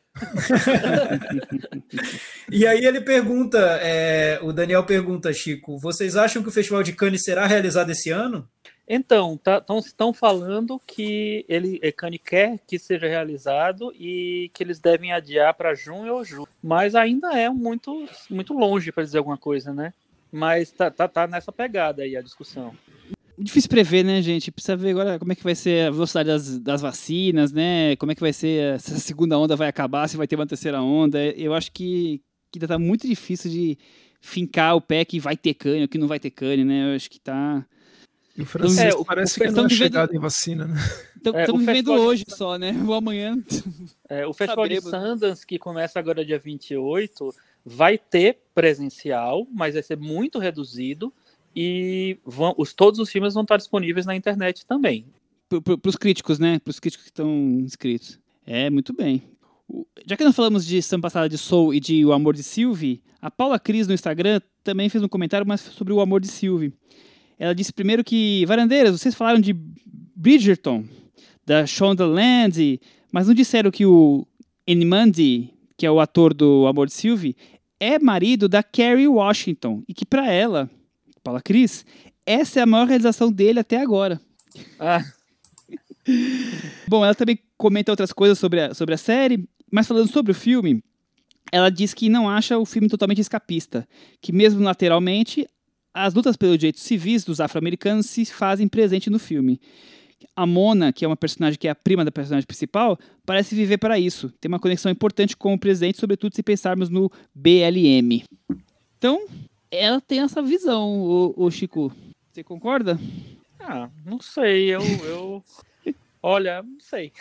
E aí ele pergunta, é, o Daniel pergunta, Chico, vocês acham que o Festival de Cannes será realizado esse ano? Então, estão tá, falando que ele, Kanye quer que seja realizado e que eles devem adiar para junho ou julho. Mas ainda é muito, muito longe para dizer alguma coisa, né? Mas tá, tá, tá nessa pegada aí a discussão. Difícil prever, né, gente? Precisa ver agora como é que vai ser a velocidade das, das vacinas, né? Como é que vai ser, se a segunda onda vai acabar, se vai ter uma terceira onda. Eu acho que, que ainda tá muito difícil de fincar o pé que vai ter Kanye ou que não vai ter Kanye, né? Eu acho que tá... E o Francisco é, o, parece o, que não é vivendo... chegado em vacina, né? Estamos é, vivendo hoje de... só, né? O amanhã... É, o Festival de Sundance, que começa agora dia vinte e oito, vai ter presencial, mas vai ser muito reduzido. E vão, os, todos os filmes vão estar disponíveis na internet também. Para os críticos, né? Para os críticos que estão inscritos. É, muito bem. O, já que nós falamos de Semana Passada de Soul e de O Amor de Sylvie, a Paula Cris no Instagram também fez um comentário mas sobre O Amor de Sylvie. Ela disse primeiro que, varandeiras, vocês falaram de Bridgerton, da Shondaland, mas não disseram que o Enmandi, que é o ator do Amor de Sylvie, é marido da Kerry Washington, e que para ela, Paula Cris, essa é a maior realização dele até agora. Ah. Bom, ela também comenta outras coisas sobre a, sobre a série, mas falando sobre o filme, ela diz que não acha o filme totalmente escapista, que mesmo lateralmente, as lutas pelos direitos civis dos afro-americanos se fazem presente no filme. A Mona, que é uma personagem que é a prima da personagem principal, parece viver para isso. Tem uma conexão importante com o presidente, sobretudo se pensarmos no B L M. Então, ela tem essa visão, o, o Chico. Você concorda? Ah, não sei. Eu, eu... Olha, não sei.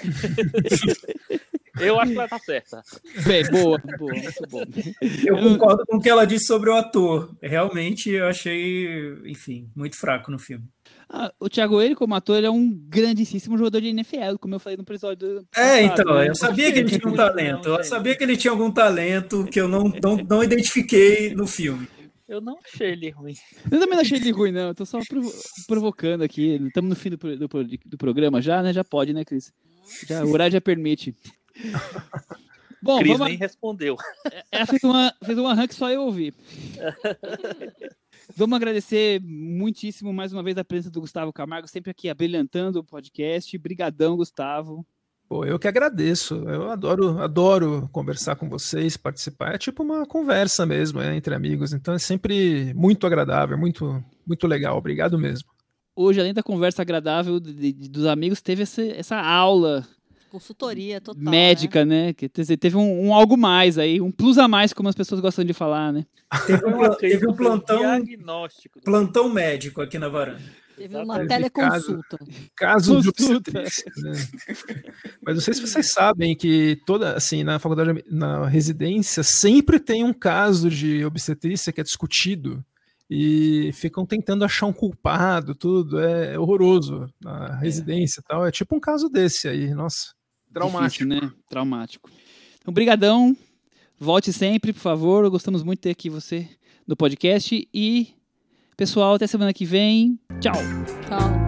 Eu acho que ela tá certa. Bem, boa, boa, muito bom. Eu concordo com o que ela disse sobre o ator. Realmente, eu achei, enfim, muito fraco no filme. Ah, o Thiago, ele como ator, ele é um grandíssimo jogador de N F L, como eu falei no episódio passado. É, então, né? eu sabia que ele tinha um talento. Eu sabia que ele tinha algum talento que eu não, não, não identifiquei no filme. Eu não achei ele ruim. Eu também não achei ele ruim, não. Eu tô só provo provocando aqui. Estamos no fim do, do, do programa já, né? Já pode, né, Cris? Já, o horário já permite. Bom, Cris vamos... nem respondeu. Ela fez uma, fez uma run que só eu ouvi. Vamos agradecer muitíssimo mais uma vez a presença do Gustavo Camargo, sempre aqui abrilhantando o podcast. Brigadão, Gustavo. Pô, eu que agradeço. Eu adoro, adoro conversar com vocês, participar. É tipo uma conversa mesmo, é, entre amigos. Então é sempre muito agradável, muito, muito legal. Obrigado mesmo. Hoje, além da conversa agradável de, de, dos amigos, teve essa, essa aula... Consultoria total, médica, né? né? Quer dizer, teve um, um algo mais aí, um plus a mais, como as pessoas gostam de falar, né? Teve um, teve um plantão, plantão médico aqui na varanda. Teve uma teleconsulta. Caso, caso de obstetrícia, né? Mas não sei se vocês sabem que toda, assim, na faculdade, na residência, sempre tem um caso de obstetrícia que é discutido e ficam tentando achar um culpado, tudo, é horroroso na residência e tal. É tipo um caso desse aí, nossa. Traumático. Difícil, né? Traumático. Então, brigadão. Volte sempre, por favor. Gostamos muito de ter aqui você no podcast. E, pessoal, até semana que vem. Tchau. Tchau.